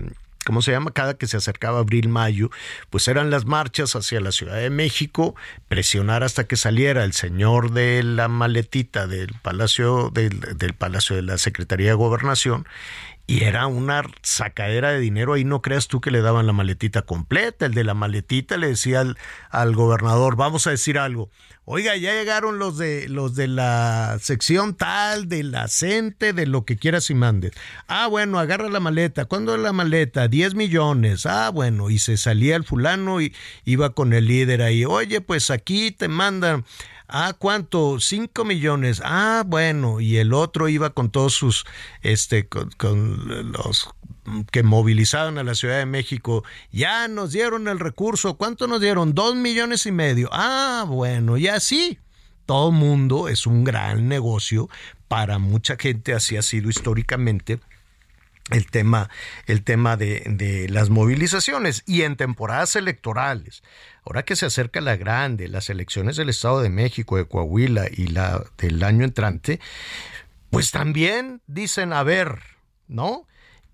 ¿cómo se llama? Cada que se acercaba abril, mayo, pues eran las marchas hacia la Ciudad de México, presionar hasta que saliera el señor de la maletita del Palacio, del, del Palacio de la Secretaría de Gobernación, y era una sacadera de dinero. Ahí no creas tú que le daban la maletita completa. El de la maletita le decía al, al gobernador, vamos a decir algo, oiga, ya llegaron los de los de la sección tal, de la CENTE, de lo que quieras y mandes. Ah, bueno, agarra la maleta. ¿Cuándo es la maleta? diez millones. Ah, bueno, y se salía el fulano y iba con el líder ahí. Oye, pues aquí te mandan. Ah, ¿cuánto? Cinco millones. Ah, bueno, y el otro iba con todos sus, este, con, con los que movilizaban a la Ciudad de México. Ya nos dieron el recurso. ¿Cuánto nos dieron? Dos millones y medio. Ah, bueno, y así. Todo mundo es un gran negocio para mucha gente, así ha sido históricamente. El tema, el tema de, de las movilizaciones y en temporadas electorales. Ahora que se acerca la grande, las elecciones del Estado de México, de Coahuila y la del año entrante, pues también dicen, a ver, ¿no?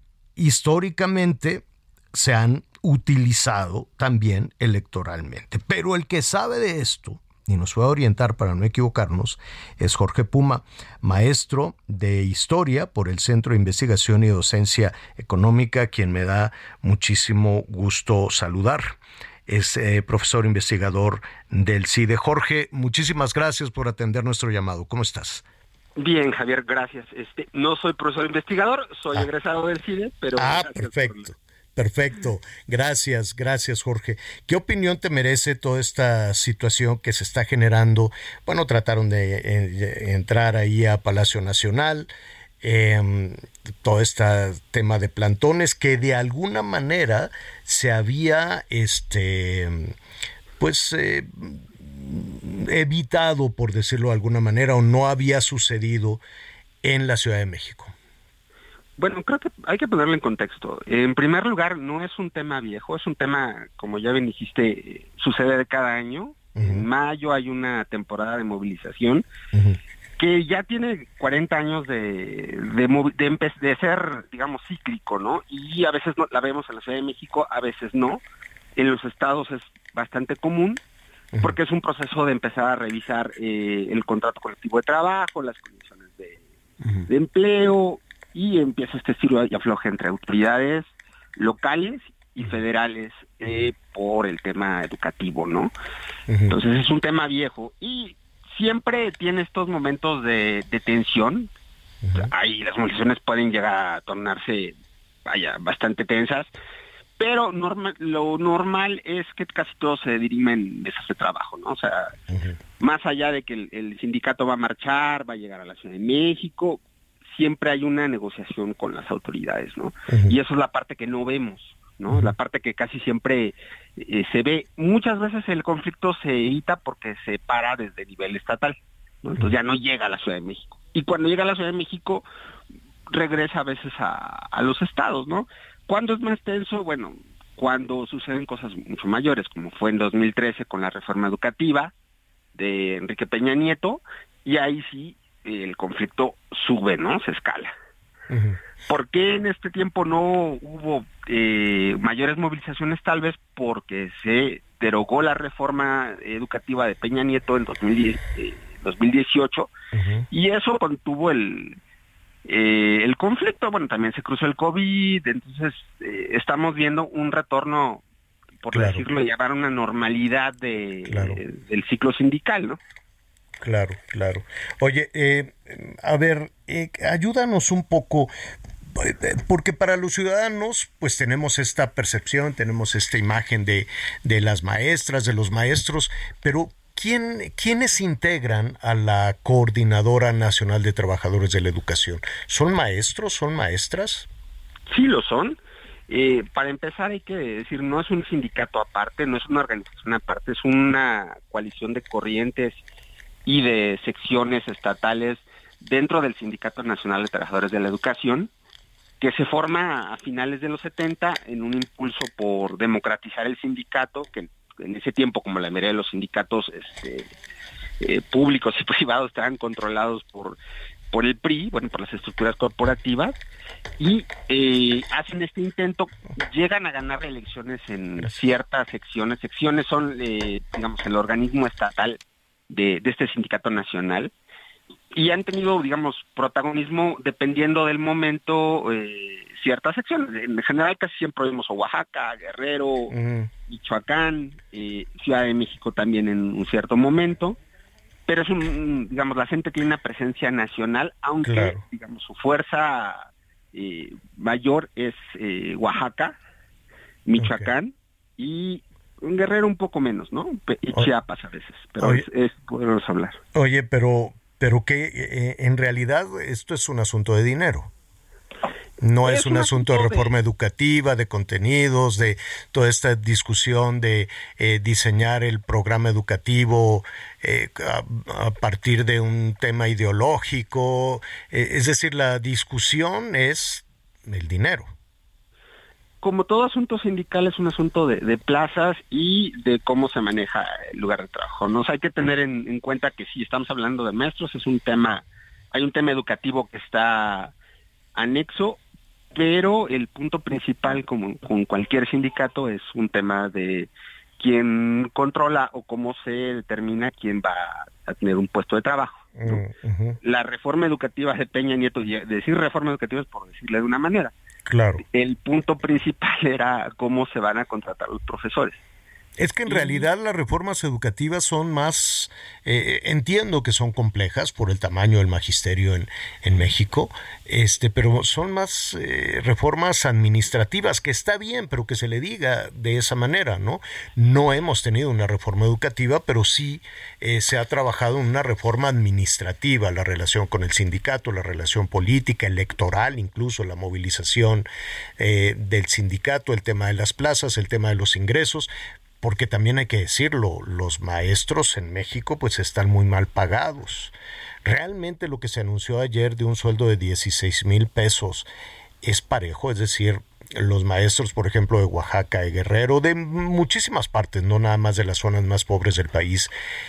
Históricamente se han utilizado también electoralmente. Pero el que sabe de esto y nos puede orientar para no equivocarnos, es Jorge Puma, maestro de Historia por el Centro de Investigación y Docencia Económica, quien me da muchísimo gusto saludar. Es eh, profesor investigador del CIDE. Jorge, muchísimas gracias por atender nuestro llamado. ¿Cómo estás? Bien, Javier, gracias. Este, no soy profesor investigador, soy ah. egresado del CIDE, pero... Ah, perfecto. Perfecto, gracias, gracias Jorge. ¿Qué opinión te merece toda esta situación que se está generando? Bueno, trataron de, de entrar ahí a Palacio Nacional, eh, todo este tema de plantones que de alguna manera se había, este, pues, eh, evitado, por decirlo de alguna manera, o no había sucedido en la Ciudad de México. Bueno, creo que hay que ponerlo en contexto. En primer lugar, no es un tema viejo, es un tema, como ya bien dijiste, sucede de cada año. Uh-huh. En mayo hay una temporada de movilización uh-huh. que ya tiene cuarenta años de de, de, de, de ser, digamos, cíclico, ¿no? Y a veces no, la vemos en la Ciudad de México, a veces no. En los estados es bastante común, uh-huh. porque es un proceso de empezar a revisar eh, el contrato colectivo de trabajo, las condiciones de, uh-huh. de empleo, y empieza este estilo y afloje entre autoridades locales y federales eh, por el tema educativo, ¿no? Uh-huh. Entonces es un tema viejo y siempre tiene estos momentos de, de tensión. Uh-huh. Ahí las movilizaciones pueden llegar a tornarse, vaya, bastante tensas, pero normal, lo normal es que casi todos se dirimen mesas de trabajo, ¿no? O sea, uh-huh. más allá de que el, el sindicato va a marchar, va a llegar a la Ciudad de México, siempre hay una negociación con las autoridades, ¿no? Uh-huh. Y eso es la parte que no vemos, ¿no? Uh-huh. La parte que casi siempre eh, se ve. Muchas veces el conflicto se evita porque se para desde nivel estatal, ¿no? Entonces uh-huh. ya no llega a la Ciudad de México. Y cuando llega a la Ciudad de México, regresa a veces a, a los estados, ¿no? ¿Cuándo es más tenso? Bueno, cuando suceden cosas mucho mayores, como fue en dos mil trece con la reforma educativa de Enrique Peña Nieto, y ahí sí el conflicto sube, ¿no? Se escala. Uh-huh. ¿Por qué en este tiempo no hubo eh, mayores movilizaciones? Tal vez porque se derogó la reforma educativa de Peña Nieto en dos mil diez, eh, dos mil dieciocho uh-huh. y eso contuvo el eh, el conflicto. Bueno, también se cruzó el COVID, entonces eh, estamos viendo un retorno, por claro. decirlo, llamar una normalidad de, claro. eh, del ciclo sindical, ¿no? Claro, claro. Oye, eh, a ver, eh, ayúdanos un poco, porque para los ciudadanos, pues tenemos esta percepción, tenemos esta imagen de, de las maestras, de los maestros, pero ¿quién, ¿quiénes integran a la Coordinadora Nacional de Trabajadores de la Educación? ¿Son maestros, son maestras? Sí, lo son. Eh, para empezar hay que decir, no es un sindicato aparte, no es una organización aparte, es una coalición de corrientes y de secciones estatales dentro del Sindicato Nacional de Trabajadores de la Educación, que se forma a finales de los setenta en un impulso por democratizar el sindicato, que en ese tiempo, como la mayoría de los sindicatos este, eh, públicos y privados, estaban controlados por por el P R I, bueno, por las estructuras corporativas, y eh, hacen este intento, llegan a ganar elecciones en ciertas secciones. Secciones son, eh, digamos, el organismo estatal de, de este sindicato nacional, y han tenido, digamos, protagonismo dependiendo del momento, eh, ciertas secciones. En general casi siempre vemos a Oaxaca, Guerrero, uh-huh. Michoacán, eh, Ciudad de México también en un cierto momento, pero es un, digamos, la gente tiene una presencia nacional, aunque, claro. digamos, su fuerza eh, mayor es eh, Oaxaca, Michoacán, okay. y un Guerrero un poco menos, ¿no? Y Chiapas a veces, pero oye, es, es podemos hablar. Oye, pero, pero que eh, en realidad esto es un asunto de dinero. No es, es un, un asunto de reforma de... educativa, de contenidos, de toda esta discusión de eh, diseñar el programa educativo eh, a, a partir de un tema ideológico. Eh, es decir, la discusión es el dinero. Como todo asunto sindical es un asunto de, de plazas y de cómo se maneja el lugar de trabajo, ¿no? O sea, hay que tener en, en cuenta que si estamos hablando de maestros, es un tema, hay un tema educativo que está anexo, pero el punto principal, como con cualquier sindicato, es un tema de quién controla o cómo se determina quién va a tener un puesto de trabajo, ¿no? Uh-huh. La reforma educativa de Peña Nieto, decir reforma educativa es por decirle de una manera. Claro. El punto principal era cómo se van a contratar los profesores. Es que en realidad las reformas educativas son más, eh, entiendo que son complejas por el tamaño del magisterio en, en México, este, pero son más eh, reformas administrativas, que está bien, pero que se le diga de esa manera, ¿no? No hemos tenido una reforma educativa, pero sí eh, se ha trabajado en una reforma administrativa, la relación con el sindicato, la relación política, electoral, incluso la movilización eh, del sindicato, el tema de las plazas, el tema de los ingresos. Porque también hay que decirlo, los maestros en México pues están muy mal pagados. Realmente lo que se anunció ayer de un sueldo de dieciséis mil pesos es parejo, es decir, los maestros, por ejemplo, de Oaxaca, de Guerrero, de muchísimas partes, no nada más de las zonas más pobres del país,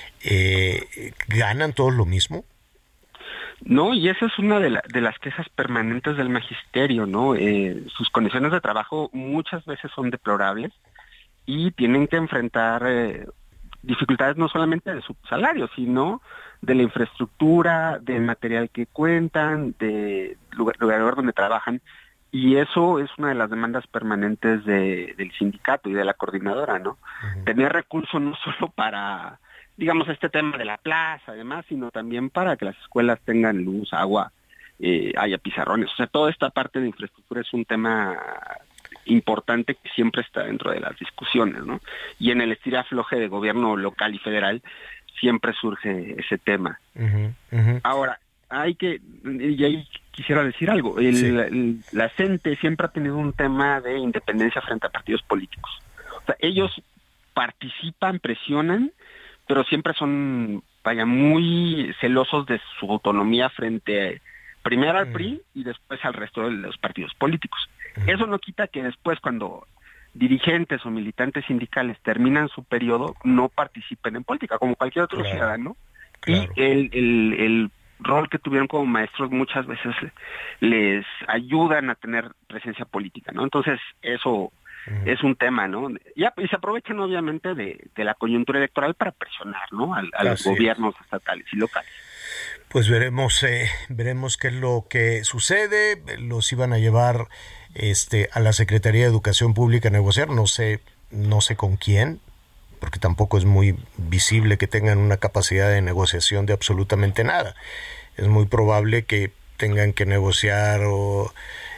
eh, ¿ganan todos lo mismo? No, y esa es una de, la, de las quejas permanentes del magisterio, ¿no? Eh, sus condiciones de trabajo muchas veces son deplorables, y tienen que enfrentar eh, dificultades no solamente de su salario, sino de la infraestructura, del material que cuentan, de lugar, lugar donde trabajan, y eso es una de las demandas permanentes de, del sindicato y de la coordinadora, ¿no? Uh-huh. Tener recursos no solo para, digamos, este tema de la plaza y demás, sino también para que las escuelas tengan luz, agua, eh, haya pizarrones. O sea, toda esta parte de infraestructura es un tema importante que siempre está dentro de las discusiones, ¿no? Y en el estirafloje de gobierno local y federal siempre surge ese tema. Uh-huh, uh-huh. Ahora, hay que, y ahí quisiera decir algo, el, sí. el, la CENTE siempre ha tenido un tema de independencia frente a partidos políticos. O sea, ellos participan, presionan, pero siempre son, vaya, muy celosos de su autonomía frente a, primero al P R I y después al resto de los partidos políticos. Eso no quita que después, cuando dirigentes o militantes sindicales terminan su periodo, no participen en política, como cualquier otro claro, ciudadano. Claro. Y el, el, el rol que tuvieron como maestros muchas veces les ayudan a tener presencia política, ¿no? Entonces, eso uh-huh. es un tema, ¿no? Y, y se aprovechan, obviamente, de, de la coyuntura electoral para presionar, ¿no? A, a los gobiernos es. estatales y locales. Pues veremos, eh, veremos qué es lo que sucede. Los iban a llevar este, a la Secretaría de Educación Pública a negociar, no sé, no sé con quién, porque tampoco es muy visible que tengan una capacidad de negociación de absolutamente nada. Es muy probable que tengan que negociar o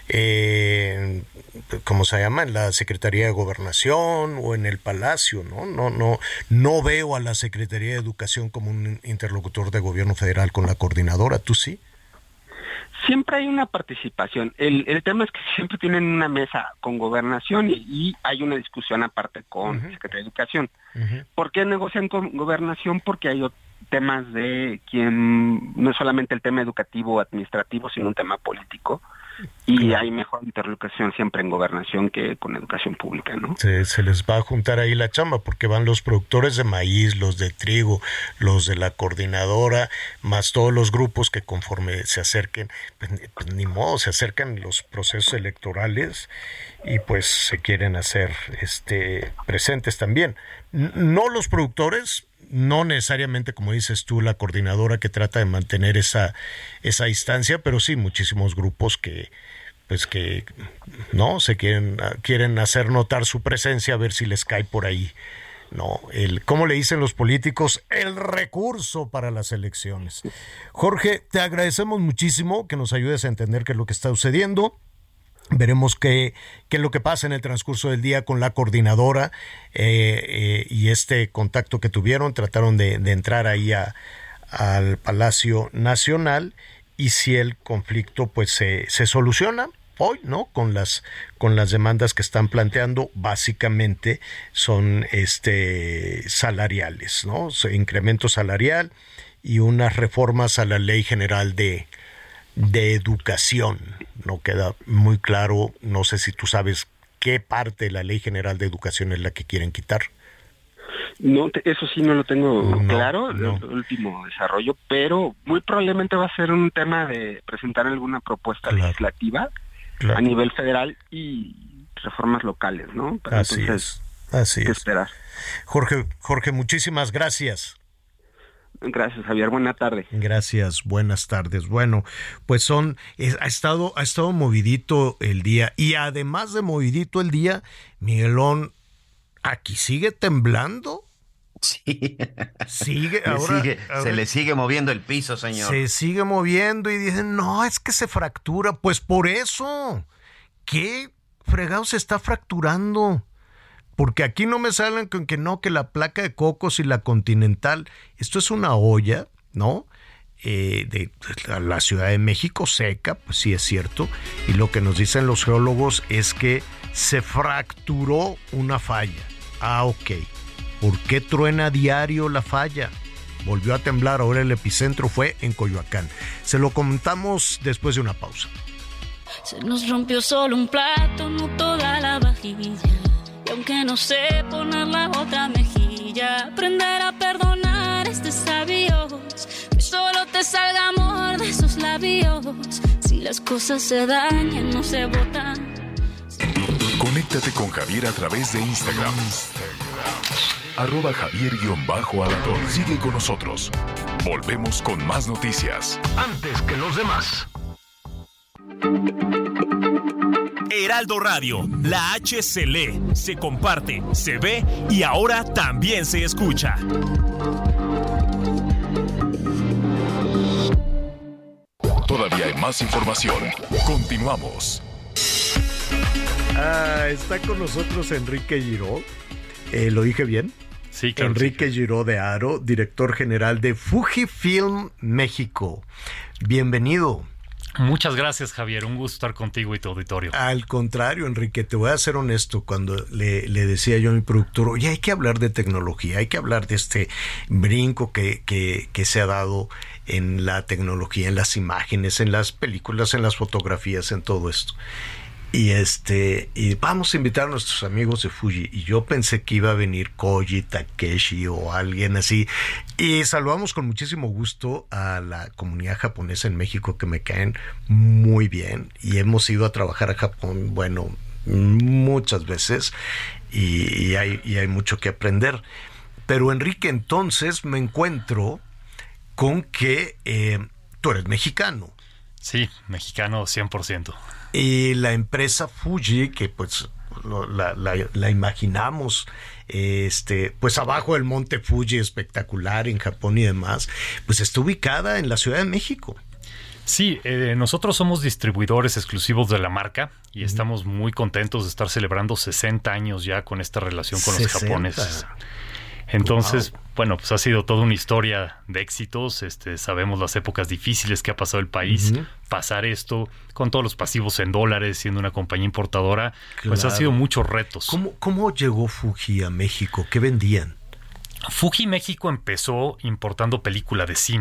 eh, ¿cómo se llama? En la Secretaría de Gobernación o en el Palacio, ¿no? No, no, no veo a la Secretaría de Educación como un interlocutor de gobierno federal con la coordinadora. ¿Tú sí? Siempre hay una participación. El, el tema es que siempre tienen una mesa con Gobernación y, y hay una discusión aparte con uh-huh. Secretaría de Educación. Uh-huh. ¿Por qué negocian con Gobernación? Porque hay temas de quien, no es solamente el tema educativo o administrativo, sino un tema político. y claro. hay mejor interlocución siempre en gobernación que con educación pública, ¿no? Se, se les va a juntar ahí la chamba porque van los productores de maíz, los de trigo, los de la coordinadora, más todos los grupos que conforme se acerquen, pues, pues ni modo, se acercan los procesos electorales y pues se quieren hacer este presentes también. No los productores, no necesariamente, como dices tú, la coordinadora que trata de mantener esa esa distancia, pero sí muchísimos grupos que pues que no se quieren quieren hacer notar su presencia, a ver si les cae por ahí, no, el ¿cómo le dicen los políticos? El recurso para las elecciones. Jorge, te agradecemos muchísimo que nos ayudes a entender qué es lo que está sucediendo. Veremos qué, qué es lo que pasa en el transcurso del día con la coordinadora eh, eh, y este contacto que tuvieron. Trataron de, de entrar ahí a, al Palacio Nacional y si el conflicto pues se, se soluciona hoy, ¿no? Con las con las demandas que están planteando, básicamente son este salariales, ¿no? Incremento salarial y unas reformas a la Ley General de de Educación. No queda muy claro, no sé si tú sabes qué parte de la Ley General de Educación es la que quieren quitar. No, eso sí no lo tengo no, claro, no. el último desarrollo, pero muy probablemente va a ser un tema de presentar alguna propuesta claro. legislativa claro. a nivel federal y reformas locales, ¿no? Para así entonces, es, así ¿qué es. esperar? Jorge, Jorge, muchísimas gracias. Gracias, Javier. Buena tarde. Gracias, buenas tardes. Bueno, pues son, es, ha estado, ha estado movidito el día y además de movidito el día, Miguelón, aquí sigue temblando. Sí. Sigue, le ahora, sigue, ahora se le sigue moviendo el piso, señor. Se sigue moviendo y dicen, no, es que se fractura. Pues por eso, ¿qué fregado se está fracturando? Porque aquí no me salen con que no, que la placa de Cocos y la Continental, esto es una olla, ¿no? Eh, de, de la Ciudad de México seca, pues sí es cierto, y lo que nos dicen los geólogos es que se fracturó una falla. Ah, ok. ¿Por qué truena a diario la falla? Volvió a temblar, ahora el epicentro fue en Coyoacán. Se lo comentamos después de una pausa. Se nos rompió solo un plato, no toda la vajilla. Y aunque no sé poner la otra mejilla, aprender a perdonar es de sabios. Que solo te salga amor de esos labios. Si las cosas se dañan, no se botan. Conéctate con Javier a través de Instagram. Arroba Javier-Alatón. Sigue con nosotros. Volvemos con más noticias. Antes que los demás. Heraldo Radio, la H se lee, se comparte, se ve y ahora también se escucha. Todavía hay más información. Continuamos. Ah, está con nosotros Enrique Giró. Eh, ¿Lo dije bien? Sí, claro. Enrique sí. Giró de Aro, director general de Fujifilm México. Bienvenido. Muchas gracias, Javier. Un gusto estar contigo y tu auditorio. Al contrario, Enrique, te voy a ser honesto. Cuando le, le decía yo a mi productor, oye, hay que hablar de tecnología, hay que hablar de este brinco que, que, que se ha dado en la tecnología, en las imágenes, en las películas, en las fotografías, en todo esto. Y este, y vamos a invitar a nuestros amigos de Fuji. Y yo pensé que iba a venir Koji, Takeshi o alguien así. Y saludamos con muchísimo gusto a la comunidad japonesa en México, que me caen muy bien. Y hemos ido a trabajar a Japón, bueno, muchas veces. Y, y, hay, y hay mucho que aprender. Pero Enrique, entonces me encuentro con que eh, tú eres mexicano. Sí, mexicano cien por ciento. Y la empresa Fuji, que pues lo, la, la, la imaginamos este, pues abajo del monte Fuji, espectacular en Japón y demás, pues está ubicada en la Ciudad de México. Sí, eh, nosotros somos distribuidores exclusivos de la marca y uh-huh. estamos muy contentos de estar celebrando sesenta años ya con esta relación con los japoneses. Entonces, wow. bueno, pues ha sido toda una historia de éxitos. Este, sabemos las épocas difíciles que ha pasado el país. Uh-huh. Pasar esto con todos los pasivos en dólares, siendo una compañía importadora, claro. pues ha sido muchos retos. ¿Cómo, cómo llegó Fuji a México? ¿Qué vendían? Fuji México empezó importando película de cine.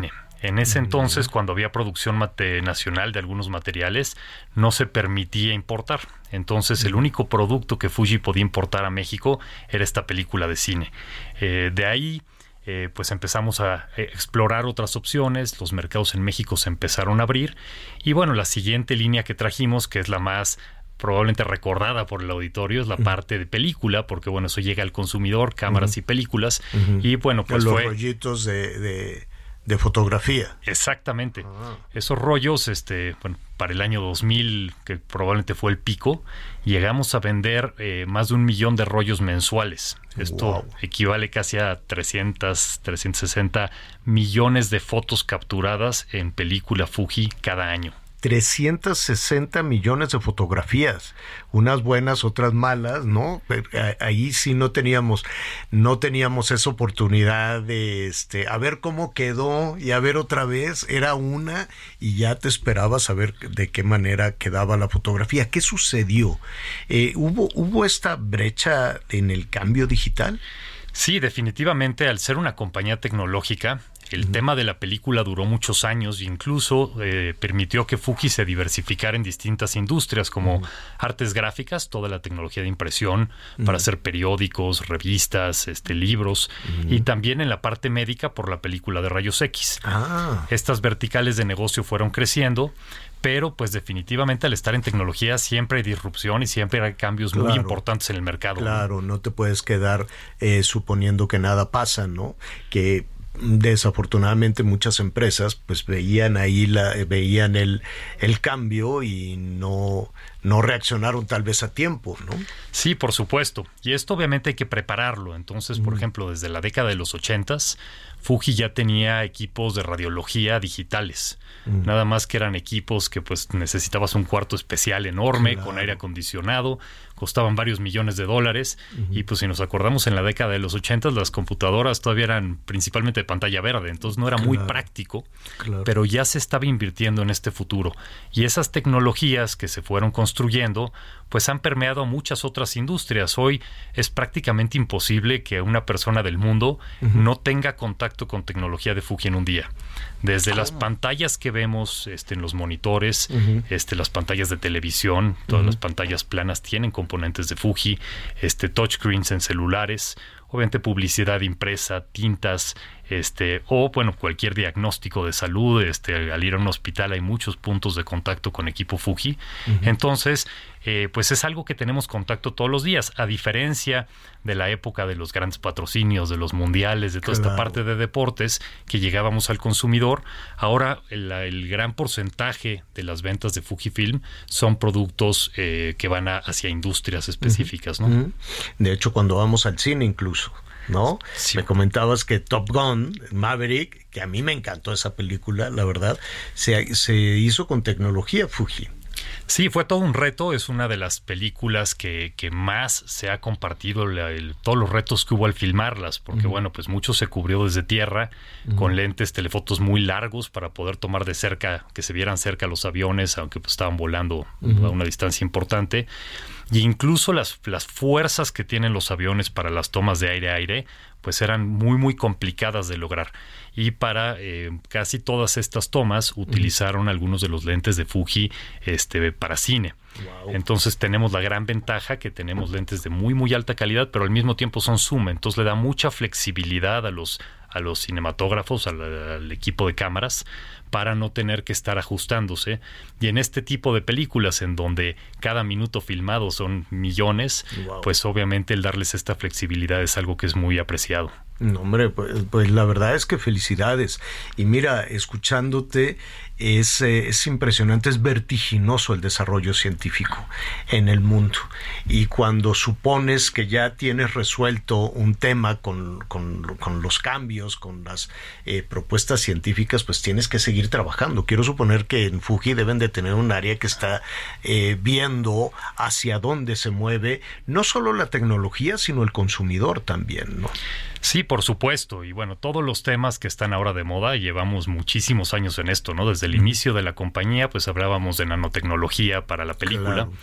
En ese entonces, cuando había producción mate- nacional de algunos materiales, no se permitía importar. Entonces, el único producto que Fuji podía importar a México era esta película de cine. Eh, de ahí, eh, pues empezamos a eh, explorar otras opciones. Los mercados en México se empezaron a abrir. Y bueno, la siguiente línea que trajimos, que es la más probablemente recordada por el auditorio, es la uh-huh. parte de película, porque bueno, eso llega al consumidor, cámaras uh-huh. y películas. Uh-huh. Y bueno, pues los fue... rollitos de... de... de fotografía. Exactamente. Ah. Esos rollos, este, bueno, para el año dos mil, que probablemente fue el pico, llegamos a vender eh, más de un millón de rollos mensuales. Esto wow. equivale casi a trescientos, trescientos sesenta millones de fotos capturadas en película Fuji cada año. trescientos sesenta millones de fotografías, unas buenas, otras malas, ¿no? Ahí sí no teníamos, no teníamos esa oportunidad de, este, a ver cómo quedó y a ver otra vez, era una y ya te esperabas a ver de qué manera quedaba la fotografía. ¿Qué sucedió? Eh, ¿hubo, hubo esta brecha en el cambio digital? Sí, definitivamente, al ser una compañía tecnológica, el uh-huh. tema de la película duró muchos años e incluso eh, permitió que Fuji se diversificara en distintas industrias como uh-huh. artes gráficas, toda la tecnología de impresión uh-huh. para hacer periódicos, revistas, este, libros uh-huh. y también en la parte médica por la película de rayos X. Ah. Estas verticales de negocio fueron creciendo, pero pues definitivamente al estar en tecnología siempre hay disrupción y siempre hay cambios claro, muy importantes en el mercado. Claro, no, no te puedes quedar eh, suponiendo que nada pasa, ¿no? Que desafortunadamente muchas empresas pues veían ahí la veían el el cambio y no no reaccionaron tal vez a tiempo, ¿no? Sí, por supuesto. Y esto obviamente hay que prepararlo. Entonces, por mm. ejemplo, desde la década de los ochentas, Fuji ya tenía equipos de radiología digitales. Mm. Nada más que eran equipos que pues necesitabas un cuarto especial enorme, claro. con aire acondicionado, costaban varios millones de dólares. Uh-huh. Y pues si nos acordamos, en la década de los ochentas las computadoras todavía eran principalmente de pantalla verde, entonces no era claro. muy práctico, claro. pero ya se estaba invirtiendo en este futuro. Y esas tecnologías que se fueron construyendo, pues han permeado a muchas otras industrias. Hoy es prácticamente imposible que una persona del mundo uh-huh. no tenga contacto con tecnología de Fuji en un día. Desde oh. las pantallas que vemos este, en los monitores, uh-huh. este, las pantallas de televisión, todas uh-huh. las pantallas planas tienen componentes de Fuji, este, touchscreens en celulares, obviamente publicidad impresa, tintas, este, o bueno, cualquier diagnóstico de salud, este, al ir a un hospital hay muchos puntos de contacto con equipo Fuji. Uh-huh. Entonces, eh, pues es algo que tenemos contacto todos los días, a diferencia de la época de los grandes patrocinios, de los mundiales, de toda claro. esta parte de deportes que llegábamos al consumidor. Ahora el, el gran porcentaje de las ventas de Fujifilm son productos eh, que van a, hacia industrias específicas, ¿no? Uh-huh. De hecho, cuando vamos al cine incluso, ¿no? Sí. Me comentabas que Top Gun, Maverick, que a mí me encantó esa película, la verdad, se, se hizo con tecnología Fuji. Sí, fue todo un reto, es una de las películas que, que más se ha compartido la, el, todos los retos que hubo al filmarlas, porque uh-huh. bueno, pues mucho se cubrió desde tierra, uh-huh. con lentes telefotos muy largos para poder tomar de cerca, que se vieran cerca los aviones, aunque pues estaban volando uh-huh. a una distancia importante. Y incluso las, las fuerzas que tienen los aviones para las tomas de aire-aire, pues eran muy, muy complicadas de lograr. Y para eh, casi todas estas tomas utilizaron uh-huh. algunos de los lentes de Fuji este, para cine. Wow. Entonces tenemos la gran ventaja que tenemos lentes de muy, muy alta calidad, pero al mismo tiempo son zoom. Entonces le da mucha flexibilidad a los, a los cinematógrafos, al, al equipo de cámaras, para no tener que estar ajustándose. Y en este tipo de películas en donde cada minuto filmado son millones, wow. pues obviamente el darles esta flexibilidad es algo que es muy apreciado. No, hombre, pues, pues la verdad es que felicidades. Y mira, escuchándote, es, eh, es impresionante, es vertiginoso el desarrollo científico en el mundo. Y cuando supones que ya tienes resuelto un tema con, con, con los cambios, con las eh, propuestas científicas, pues tienes que seguir trabajando. Quiero suponer que en Fuji deben de tener un área que está eh, viendo hacia dónde se mueve, no solo la tecnología, sino el consumidor también, ¿no? Sí, por supuesto. Y bueno, todos los temas que están ahora de moda, llevamos muchísimos años en esto, ¿no? Desde el mm. inicio de la compañía, pues hablábamos de nanotecnología para la película. Claro.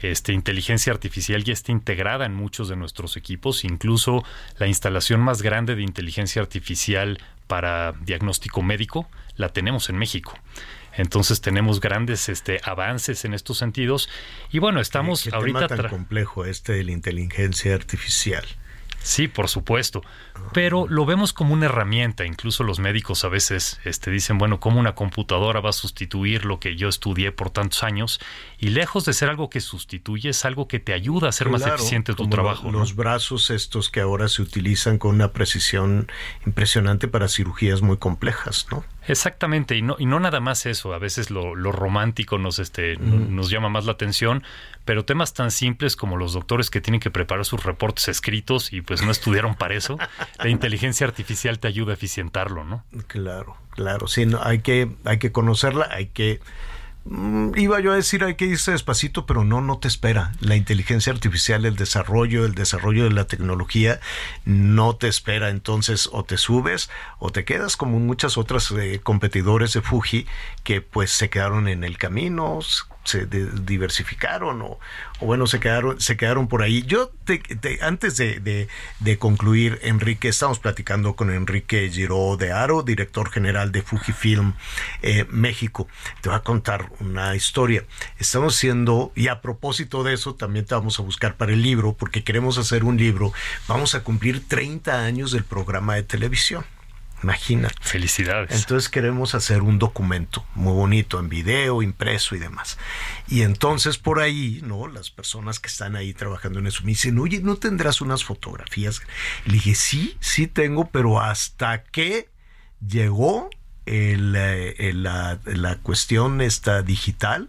Este, inteligencia artificial ya está integrada en muchos de nuestros equipos, incluso la instalación más grande de inteligencia artificial para diagnóstico médico la tenemos en México. Entonces tenemos grandes este, avances en estos sentidos y bueno, estamos ¿Qué, qué ahorita... tema tan complejo este de la inteligencia artificial? Sí, por supuesto, pero lo vemos como una herramienta. Incluso los médicos a veces este, dicen, bueno, ¿cómo una computadora va a sustituir lo que yo estudié por tantos años? Y lejos de ser algo que sustituye, es algo que te ayuda a ser Claro, más eficiente tu como trabajo. Lo, los ¿no? brazos estos que ahora se utilizan con una precisión impresionante para cirugías muy complejas, ¿no? Exactamente, y no, y no nada más eso. A veces lo, lo romántico nos, este, mm. nos llama más la atención, pero temas tan simples como los doctores que tienen que preparar sus reportes escritos y pues no estudiaron para eso, la inteligencia artificial te ayuda a eficientarlo, ¿no? Claro, claro, sí, no, hay que, hay que conocerla, hay que... Iba yo a decir hay que irse despacito, pero no, no te espera. La inteligencia artificial, el desarrollo, el desarrollo de la tecnología no te espera. Entonces o te subes o te quedas como muchas otras eh, competidores de Fuji que pues se quedaron en el camino, se de, diversificaron o, o bueno, se quedaron, se quedaron por ahí. Yo te, te, antes de, de, de concluir, Enrique, estamos platicando con Enrique Giró de Haro, director general de Fujifilm eh, México. Te voy a contar una historia. Estamos haciendo, y a propósito de eso, también te vamos a buscar para el libro, porque queremos hacer un libro. Vamos a cumplir treinta años del programa de televisión. Imagínate. Felicidades. Entonces queremos hacer un documento muy bonito en video, impreso y demás. Y entonces por ahí, ¿no? Las personas que están ahí trabajando en eso me dicen, oye, ¿no tendrás unas fotografías? Le dije, sí, sí tengo, pero hasta que llegó el, el, la, la cuestión esta digital,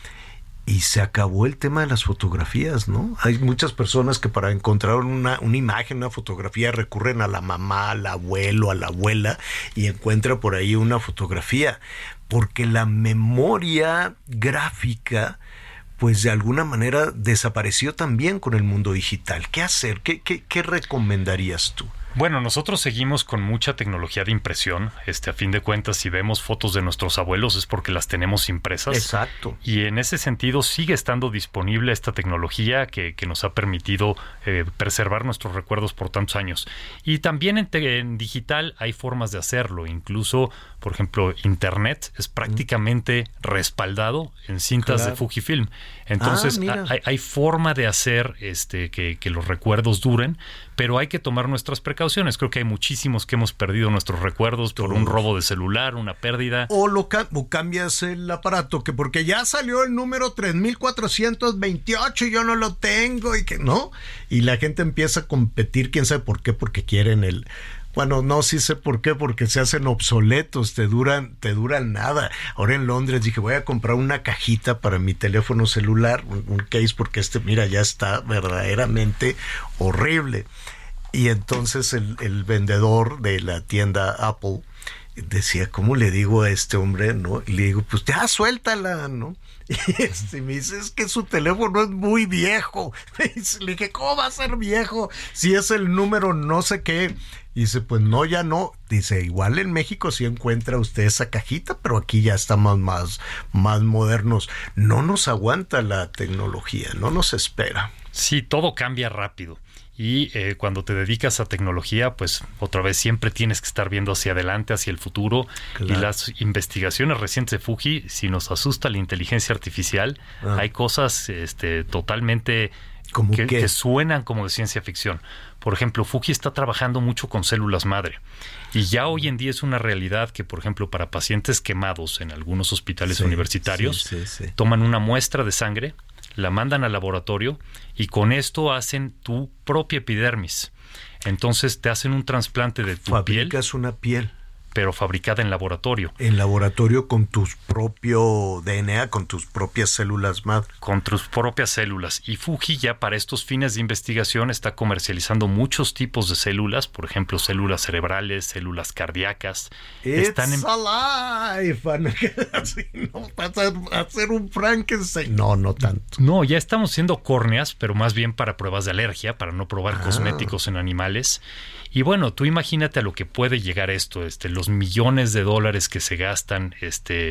y se acabó el tema de las fotografías, ¿no? Hay muchas personas que para encontrar una, una imagen, una fotografía, recurren a la mamá, al abuelo, a la abuela, y encuentra por ahí una fotografía, porque la memoria gráfica, pues de alguna manera desapareció también con el mundo digital. ¿Qué hacer? ¿Qué, qué, qué recomendarías tú? Bueno, nosotros seguimos con mucha tecnología de impresión. Este, a fin de cuentas, si vemos fotos de nuestros abuelos es porque las tenemos impresas. Exacto. Y en ese sentido sigue estando disponible esta tecnología que, que nos ha permitido eh, preservar nuestros recuerdos por tantos años. Y también en, te, en digital hay formas de hacerlo. Incluso, por ejemplo, Internet es prácticamente mm. respaldado en cintas claro. de Fujifilm. Entonces, ah, hay, hay forma de hacer este, que, que los recuerdos duren, pero hay que tomar nuestras precauciones. Creo que hay muchísimos que hemos perdido nuestros recuerdos por un robo de celular, una pérdida. O lo ca- o cambias el aparato, que porque ya salió el número tres mil cuatrocientos veintiocho y yo no lo tengo, y que no. Y la gente empieza a competir, quién sabe por qué, porque quieren el... Bueno, no, sí sé por qué, porque se hacen obsoletos, te duran, te duran nada. Ahora en Londres dije, voy a comprar una cajita para mi teléfono celular, un, un case, porque este, mira, ya está verdaderamente horrible. Y entonces el, el vendedor de la tienda Apple decía, ¿cómo le digo a este hombre? ¿No? Y le digo, pues ya suéltala, ¿no? Y este, me dice, es que su teléfono es muy viejo. Le dije, ¿cómo va a ser viejo? Si es el número no sé qué. Y dice, pues no, ya no. Dice, igual en México sí encuentra usted esa cajita, pero aquí ya estamos más, más modernos. No nos aguanta la tecnología, no nos espera. Sí, todo cambia rápido. Y eh, cuando te dedicas a tecnología, pues otra vez siempre tienes que estar viendo hacia adelante, hacia el futuro. Claro. Y las investigaciones recientes de Fuji, si nos asusta la inteligencia artificial, ah. hay cosas este, totalmente que, que suenan como de ciencia ficción. Por ejemplo, Fuji está trabajando mucho con células madre. Y ya hoy en día es una realidad que, por ejemplo, para pacientes quemados en algunos hospitales sí, universitarios, sí, sí, sí. toman una muestra de sangre, la mandan al laboratorio y con esto hacen tu propia epidermis. Entonces te hacen un trasplante de tu Fabricas piel. Fabricas una piel. Pero fabricada en laboratorio. En laboratorio con tu propio D N A, con tus propias células madre. Con tus propias células. Y Fuji ya para estos fines de investigación está comercializando muchos tipos de células, por ejemplo, células cerebrales, células cardíacas. It's Están en... alive. Así, no, para hacer un Frankenstein. No, no tanto. No, ya estamos haciendo córneas, pero más bien para pruebas de alergia, para no probar ah. cosméticos en animales. Y bueno, tú imagínate a lo que puede llegar esto, este, los millones de dólares que se gastan este,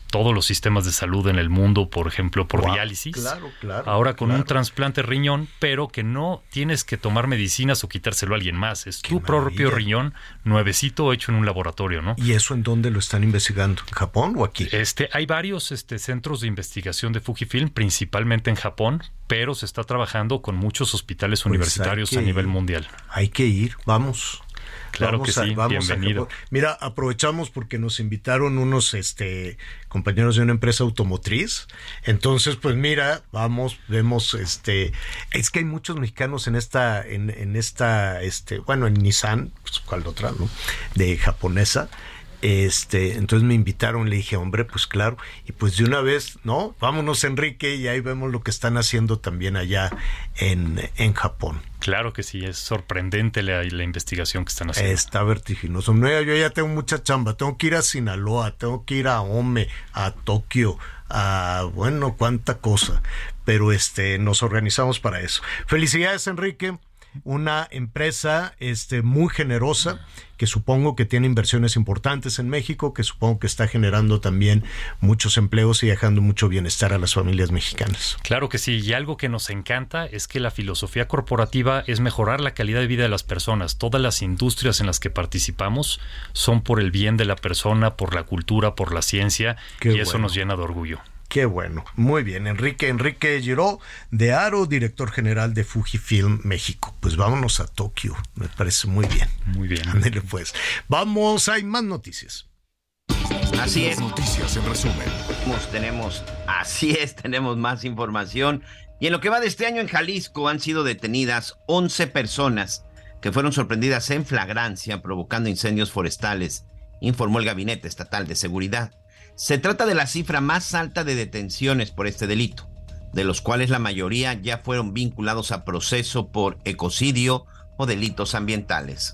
todos los sistemas de salud en el mundo, por ejemplo, por wow, diálisis. Claro, claro. Ahora con claro. un trasplante de riñón, pero que no tienes que tomar medicinas o quitárselo a alguien más. Es Qué tu maravilla. propio riñón, nuevecito, hecho en un laboratorio, ¿no? ¿Y eso en dónde lo están investigando? ¿En Japón o aquí? Este, hay varios este, centros de investigación de Fujifilm, principalmente en Japón, pero se está trabajando con muchos hospitales pues universitarios a nivel mundial. Hay que ir, vamos. Claro vamos que a, sí, vamos bienvenido. Mira, aprovechamos porque nos invitaron unos este compañeros de una empresa automotriz. Entonces, pues mira, vamos, vemos este es que hay muchos mexicanos en esta en, en esta este, bueno, en Nissan, pues cuál otra, ¿no? De japonesa. Este, entonces me invitaron, le dije, hombre, pues claro, y pues de una vez, ¿no? Vámonos, Enrique, y ahí vemos lo que están haciendo también allá en, en Japón. Claro que sí, es sorprendente la, la investigación que están haciendo. Está vertiginoso. No, yo ya tengo mucha chamba, tengo que ir a Sinaloa, tengo que ir a Ome, a Tokio, a, bueno, cuánta cosa, pero este, nos organizamos para eso. Felicidades, Enrique. Una empresa este, muy generosa, que supongo que tiene inversiones importantes en México, que supongo que está generando también muchos empleos y dejando mucho bienestar a las familias mexicanas. Claro que sí, y algo que nos encanta es que la filosofía corporativa es mejorar la calidad de vida de las personas. Todas las industrias en las que participamos son por el bien de la persona, por la cultura, por la ciencia, Qué y bueno. Eso nos llena de orgullo. Qué bueno, muy bien, Enrique, Enrique Giró de Aro, director general de Fujifilm México. Pues vámonos a Tokio, me parece muy bien. Muy bien. Ándale pues. Vamos, hay más noticias. Así es. Noticias en resumen. Tenemos, así es, tenemos más información. Y en lo que va de este año en Jalisco han sido detenidas once personas que fueron sorprendidas en flagrancia provocando incendios forestales, informó el Gabinete Estatal de Seguridad. Se trata de la cifra más alta de detenciones por este delito, de los cuales la mayoría ya fueron vinculados a proceso por ecocidio o delitos ambientales.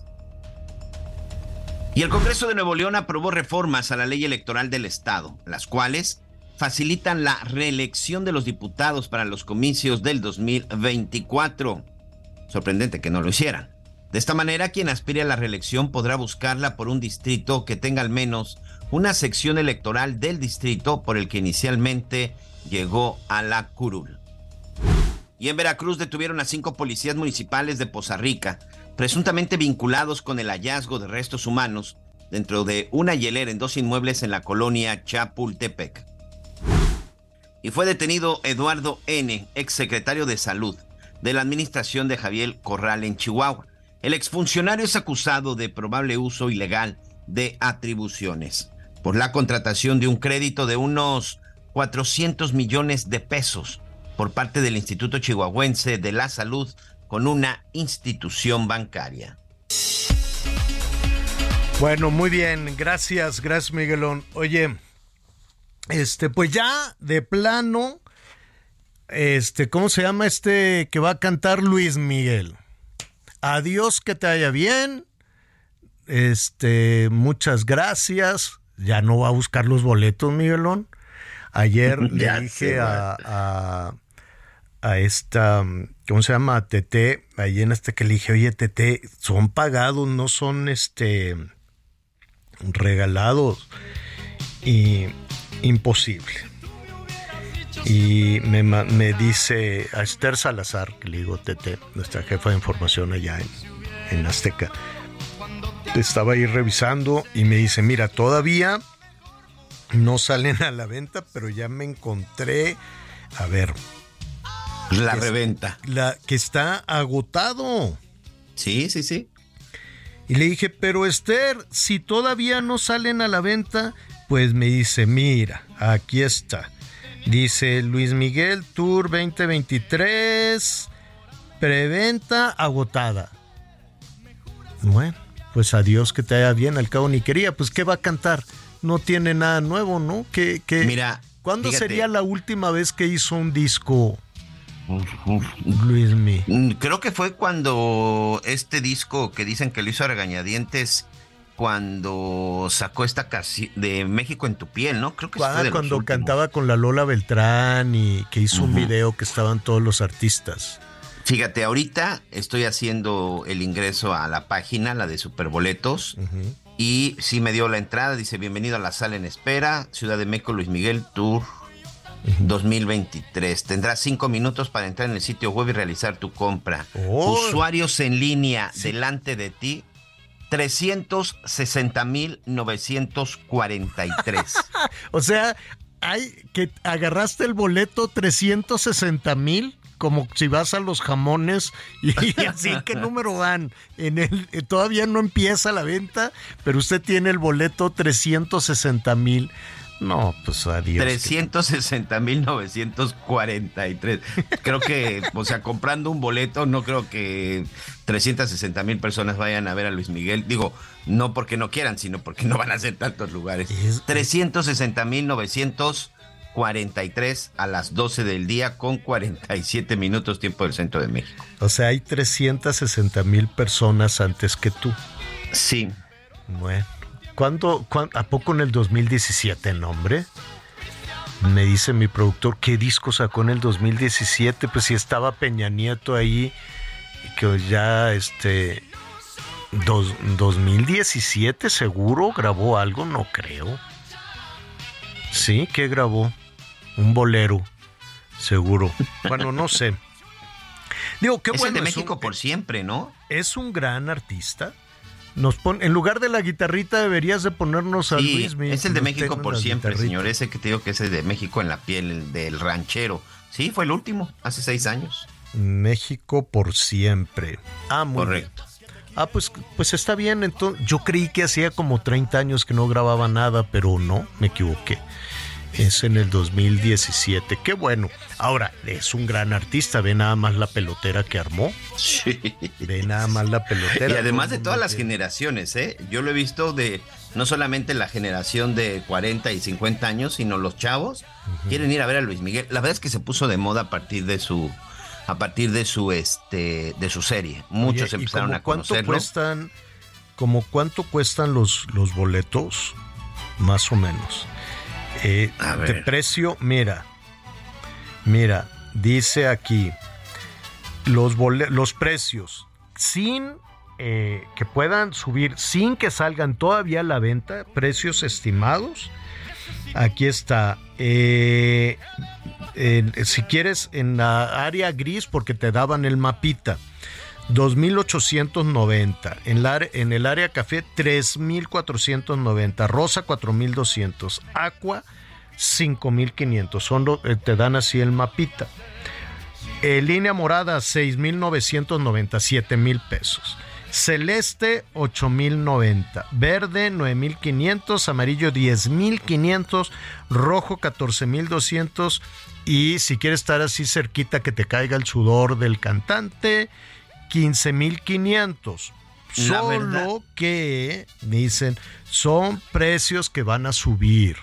Y el Congreso de Nuevo León aprobó reformas a la ley electoral del Estado, las cuales facilitan la reelección de los diputados para los comicios del dos mil veinticuatro. Sorprendente que no lo hicieran. De esta manera, quien aspire a la reelección podrá buscarla por un distrito que tenga al menos una sección electoral del distrito por el que inicialmente llegó a la curul. Y en Veracruz detuvieron a cinco policías municipales de Poza Rica, presuntamente vinculados con el hallazgo de restos humanos dentro de una hielera en dos inmuebles en la colonia Chapultepec. Y fue detenido Eduardo N., exsecretario de Salud de la administración de Javier Corral en Chihuahua. El exfuncionario es acusado de probable uso ilegal de atribuciones por la contratación de un crédito de unos cuatrocientos millones de pesos por parte del Instituto Chihuahuense de la Salud con una institución bancaria. Bueno, muy bien, gracias, gracias Miguelón. Oye, este, pues ya de plano, este, ¿cómo se llama este que va a cantar Luis Miguel? Adiós, que te vaya bien, este, muchas gracias. Ya no va a buscar los boletos, Miguelón. Ayer le dije a, a, a esta, ¿cómo se llama? A Tete, ahí en este que le dije, oye, Tete, son pagados, no son este regalados. Y imposible. Y me, me dice a Esther Salazar, que le digo Tete, nuestra jefa de información allá en, en Azteca, estaba ahí revisando y me dice, mira, todavía no salen a la venta, pero ya me encontré, a ver. La reventa. La que está agotado. Sí, sí, sí. Y le dije, pero Esther, si todavía no salen a la venta, pues me dice, mira, aquí está. Dice Luis Miguel Tour veinte veintitrés, preventa agotada. Bueno, pues adiós, que te vaya bien, al cabo ni quería, pues ¿qué va a cantar? No tiene nada nuevo, ¿no? ¿Qué, qué? Mira, ¿cuándo fíjate, sería la última vez que hizo un disco Luis Miguel? Creo que fue cuando este disco que dicen que lo hizo a regañadientes, cuando sacó esta canción de México en tu piel, ¿no? Creo que ah, fue de cuando los cantaba con la Lola Beltrán y que hizo uh-huh. un video que estaban todos los artistas. Fíjate, ahorita estoy haciendo el ingreso a la página, la de Superboletos, uh-huh. y sí me dio la entrada, dice bienvenido a la sala en espera, Ciudad de México, Luis Miguel Tour dos mil veintitrés. Tendrás cinco minutos para entrar en el sitio web y realizar tu compra. Oh. Usuarios en línea sí. delante de ti, trescientos sesenta mil novecientos cuarenta y tres. O sea, hay que agarraste el boleto trescientos sesenta mil, como si vas a los jamones, y así, ¿qué número van? En el, todavía no empieza la venta, pero usted tiene el boleto trescientos sesenta mil. No, pues adiós. trescientos sesenta mil novecientos cuarenta y tres. Creo que, o sea, comprando un boleto, no creo que trescientos sesenta mil personas vayan a ver a Luis Miguel. Digo, no porque no quieran, sino porque no van a ser tantos lugares. Es... trescientos sesenta mil novecientos cuarenta y tres a las doce del día con cuarenta y siete minutos tiempo del centro de México. O sea, hay trescientos sesenta mil personas antes que tú. Sí. Bueno. ¿Cuándo, cuándo, ¿A poco en el dos mil diecisiete, no, hombre? Me dice mi productor, ¿qué disco sacó en el dos mil diecisiete? Pues si estaba Peña Nieto ahí, que ya, este, dos, dos mil diecisiete seguro grabó algo, no creo. Sí, ¿qué grabó? Un bolero, seguro. Bueno, no sé. Digo, qué es bueno. El de México un, por siempre, ¿no? Es un gran artista. Nos pone, en lugar de la guitarrita deberías de ponernos a sí, Luis. Es el de México por siempre, guitarrita. Señor. Ese que te digo que es el de México en la piel, el del ranchero. Sí, fue el último, hace seis años. México por siempre. Ah, muy correcto. Bien. Ah, pues, pues está bien. Entonces, yo creí que hacía como treinta años que no grababa nada, pero no, me equivoqué. Es en el dos mil diecisiete. Qué bueno. Ahora, es un gran artista. Ve nada más la pelotera que armó. Sí. Ve nada más la pelotera. Y además de todas las generaciones, ¿eh? Yo lo he visto de no solamente la generación de cuarenta y cincuenta años, sino los chavos uh-huh. quieren ir a ver a Luis Miguel. La verdad es que se puso de moda a partir de su a partir de su este de su serie. Muchos Oye, empezaron a conocerlo. ¿Cuánto cuestan? ¿Como cuánto cuestan los los boletos? Más o menos. Eh, de precio, mira, mira, dice aquí los, bole- los precios sin eh, que puedan subir, sin que salgan todavía a la venta, precios estimados. Aquí está, eh, eh, si quieres en la área gris, porque te daban el mapita, dos mil ochocientos noventa, en, la, en el área café tres mil cuatrocientos noventa, rosa cuatro mil doscientos, aqua cinco mil quinientos, son lo, eh, te dan así el mapita. Eh, línea morada seis mil novecientos noventa, siete mil pesos. Celeste ocho mil noventa, verde nueve mil quinientos, amarillo diez mil quinientos, rojo catorce mil doscientos y si quieres estar así cerquita que te caiga el sudor del cantante, quince mil quinientos. Solo que, dicen, son precios que van a subir.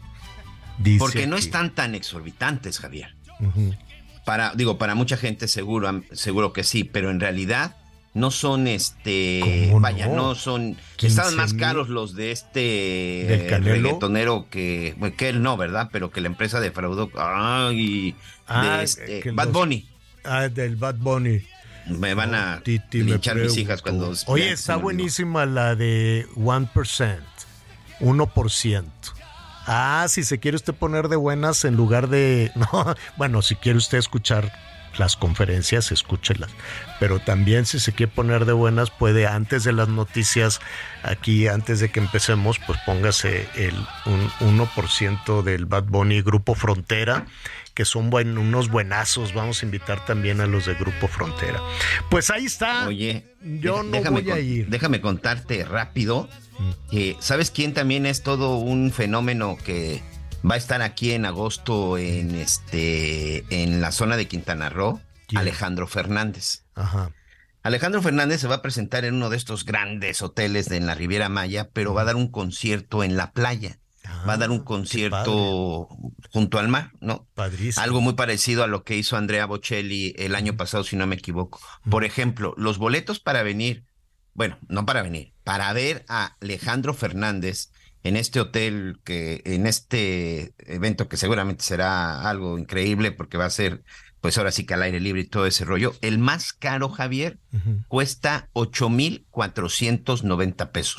Dice Porque no aquí. están tan exorbitantes, Javier. Uh-huh. Para, digo, para mucha gente seguro, seguro que sí, pero en realidad no son este, no? vaya, no son, estaban más caros los de este ¿Del reggaetonero que, bueno, que él no, ¿verdad? Pero que la empresa defraudó, ay, ah, de este, Bad Bunny. Ah, del Bad Bunny. Me van a Titi, linchar mis hijas cuando... Oye, está buenísima la de one percent, uno por ciento. Ah, si se quiere usted poner de buenas en lugar de... No, bueno, si quiere usted escuchar las conferencias, escúchelas. Pero también si se quiere poner de buenas, puede antes de las noticias, aquí antes de que empecemos, pues póngase el un uno por ciento del Bad Bunny Grupo Frontera, que son buen, unos buenazos. Vamos a invitar también a los de Grupo Frontera. Pues ahí está. Oye, yo no déjame voy a ir. Déjame contarte rápido que, ¿sabes quién también es todo un fenómeno que va a estar aquí en agosto en este en la zona de Quintana Roo? ¿Quién? Alejandro Fernández. Ajá. Alejandro Fernández se va a presentar en uno de estos grandes hoteles de en la Riviera Maya, pero va a dar un concierto en la playa. Ah, va a dar un concierto junto al mar, ¿no? Padrísimo. Algo muy parecido a lo que hizo Andrea Bocelli el año pasado, si no me equivoco. Por ejemplo, los boletos para venir, bueno, no para venir, para ver a Alejandro Fernández en este hotel, que en este evento que seguramente será algo increíble porque va a ser, pues ahora sí que al aire libre y todo ese rollo. El más caro, Javier, uh-huh. cuesta ocho mil cuatrocientos noventa pesos.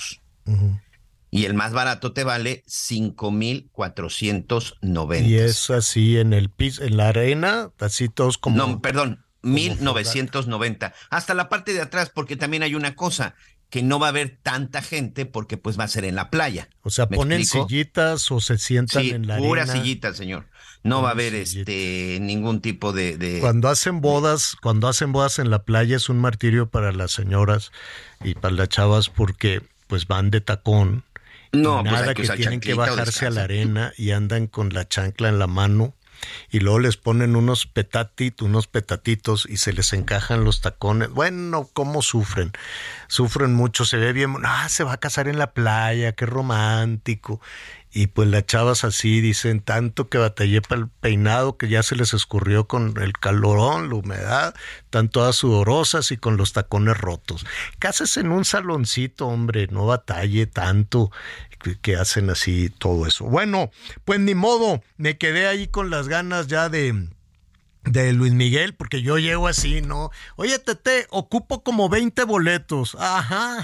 Uh-huh. Y el más barato te vale cinco mil cuatrocientos noventa. Y es así en el piso, en la arena, así todos como... No, perdón, mil novecientos noventa. Hasta la parte de atrás, porque también hay una cosa, que no va a haber tanta gente porque pues va a ser en la playa. O sea, ponen explico? sillitas o se sientan sí, en la pura arena. pura sillitas, señor. No va a haber este ningún tipo de, de... Cuando hacen bodas, cuando hacen bodas en la playa es un martirio para las señoras y para las chavas porque pues van de tacón. No, nada pues hay que, que usar tienen que bajarse descansa. a la arena y andan con la chancla en la mano y luego les ponen unos petatitos, unos petatitos y se les encajan los tacones. Bueno, cómo sufren, sufren mucho, se ve bien, ah, se va a casar en la playa, qué romántico. Y pues las chavas así dicen, tanto que batallé para el peinado que ya se les escurrió con el calorón, la humedad, están todas sudorosas y con los tacones rotos. Cásese en un saloncito, hombre, no batalle tanto, que, que hacen así todo eso. Bueno, pues ni modo, me quedé ahí con las ganas ya de... de Luis Miguel, porque yo llego así, ¿no? Oye, Tete, ocupo como veinte boletos. Ajá.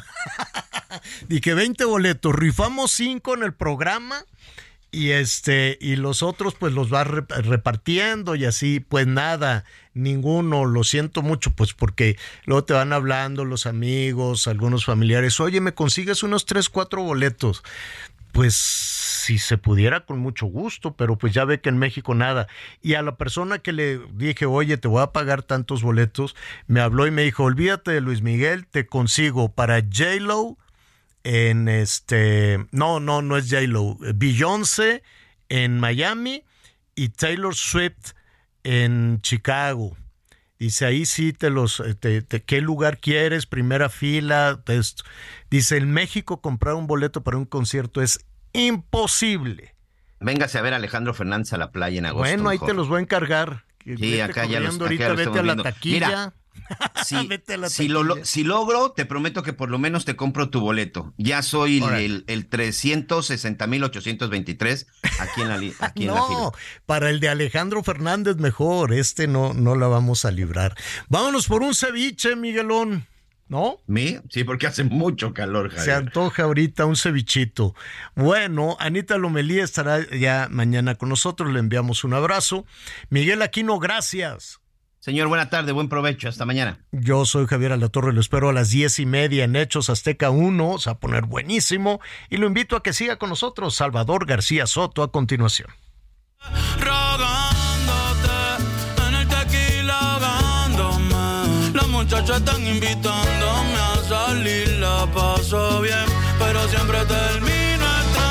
Dije, veinte boletos, rifamos cinco en el programa y este y los otros pues los vas repartiendo y así, pues nada, ninguno, lo siento mucho, pues porque luego te van hablando los amigos, algunos familiares, oye, ¿me consigues unos tres, cuatro boletos? Pues si se pudiera con mucho gusto, pero pues ya ve que en México nada. Y a la persona que le dije, oye, te voy a pagar tantos boletos, me habló y me dijo, olvídate de Luis Miguel, te consigo para J-Lo en este... No, no, no es J-Lo. Beyoncé en Miami y Taylor Swift en Chicago. Dice, ahí sí te los... Te, te, ¿qué lugar quieres? Primera fila. Te, dice, en México comprar un boleto para un concierto es imposible. Véngase a ver a Alejandro Fernández a la playa en agosto. Bueno, ahí mejor. te los voy a encargar. Sí, vete acá ya los, acá ahorita, los vete a la viendo. taquilla. Mira, si, vete a la si, taquilla. lo, si logro, te prometo que por lo menos te compro tu boleto. Ya soy el, el, el trescientos sesenta mil ochocientos veintitrés aquí en la, aquí no, en la fila. Para el de Alejandro Fernández mejor. Este no, no la vamos a librar. Vámonos por un ceviche, Miguelón. ¿No? ¿Sí? Sí, porque hace mucho calor, Javier. Se antoja ahorita un cevichito. Bueno, Anita Lomelí estará ya mañana con nosotros. Le enviamos un abrazo. Miguel Aquino, gracias. Señor, buena tarde, buen provecho. Hasta mañana. Yo soy Javier Alatorre. Lo espero a las diez y media en Hechos Azteca uno. Se va a poner buenísimo. Y lo invito a que siga con nosotros. Salvador García Soto a continuación. Muchachos están invitándome a salir, la paso bien, pero siempre termino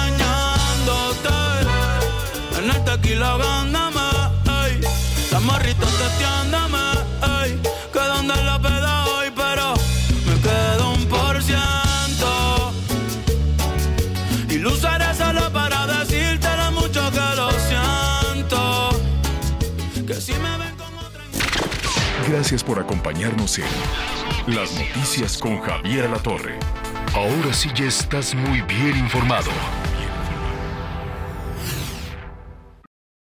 extrañándote. En el tequila ahogándome, ey, las morritas testeándome, ey, que donde la peda hoy, pero me quedo un por ciento. Y lo usaré solo para decirte lo mucho que lo siento. Que si me ven como otra... Gracias por acompañarnos en Las Noticias con Javier Alatorre. Ahora sí ya estás muy bien informado.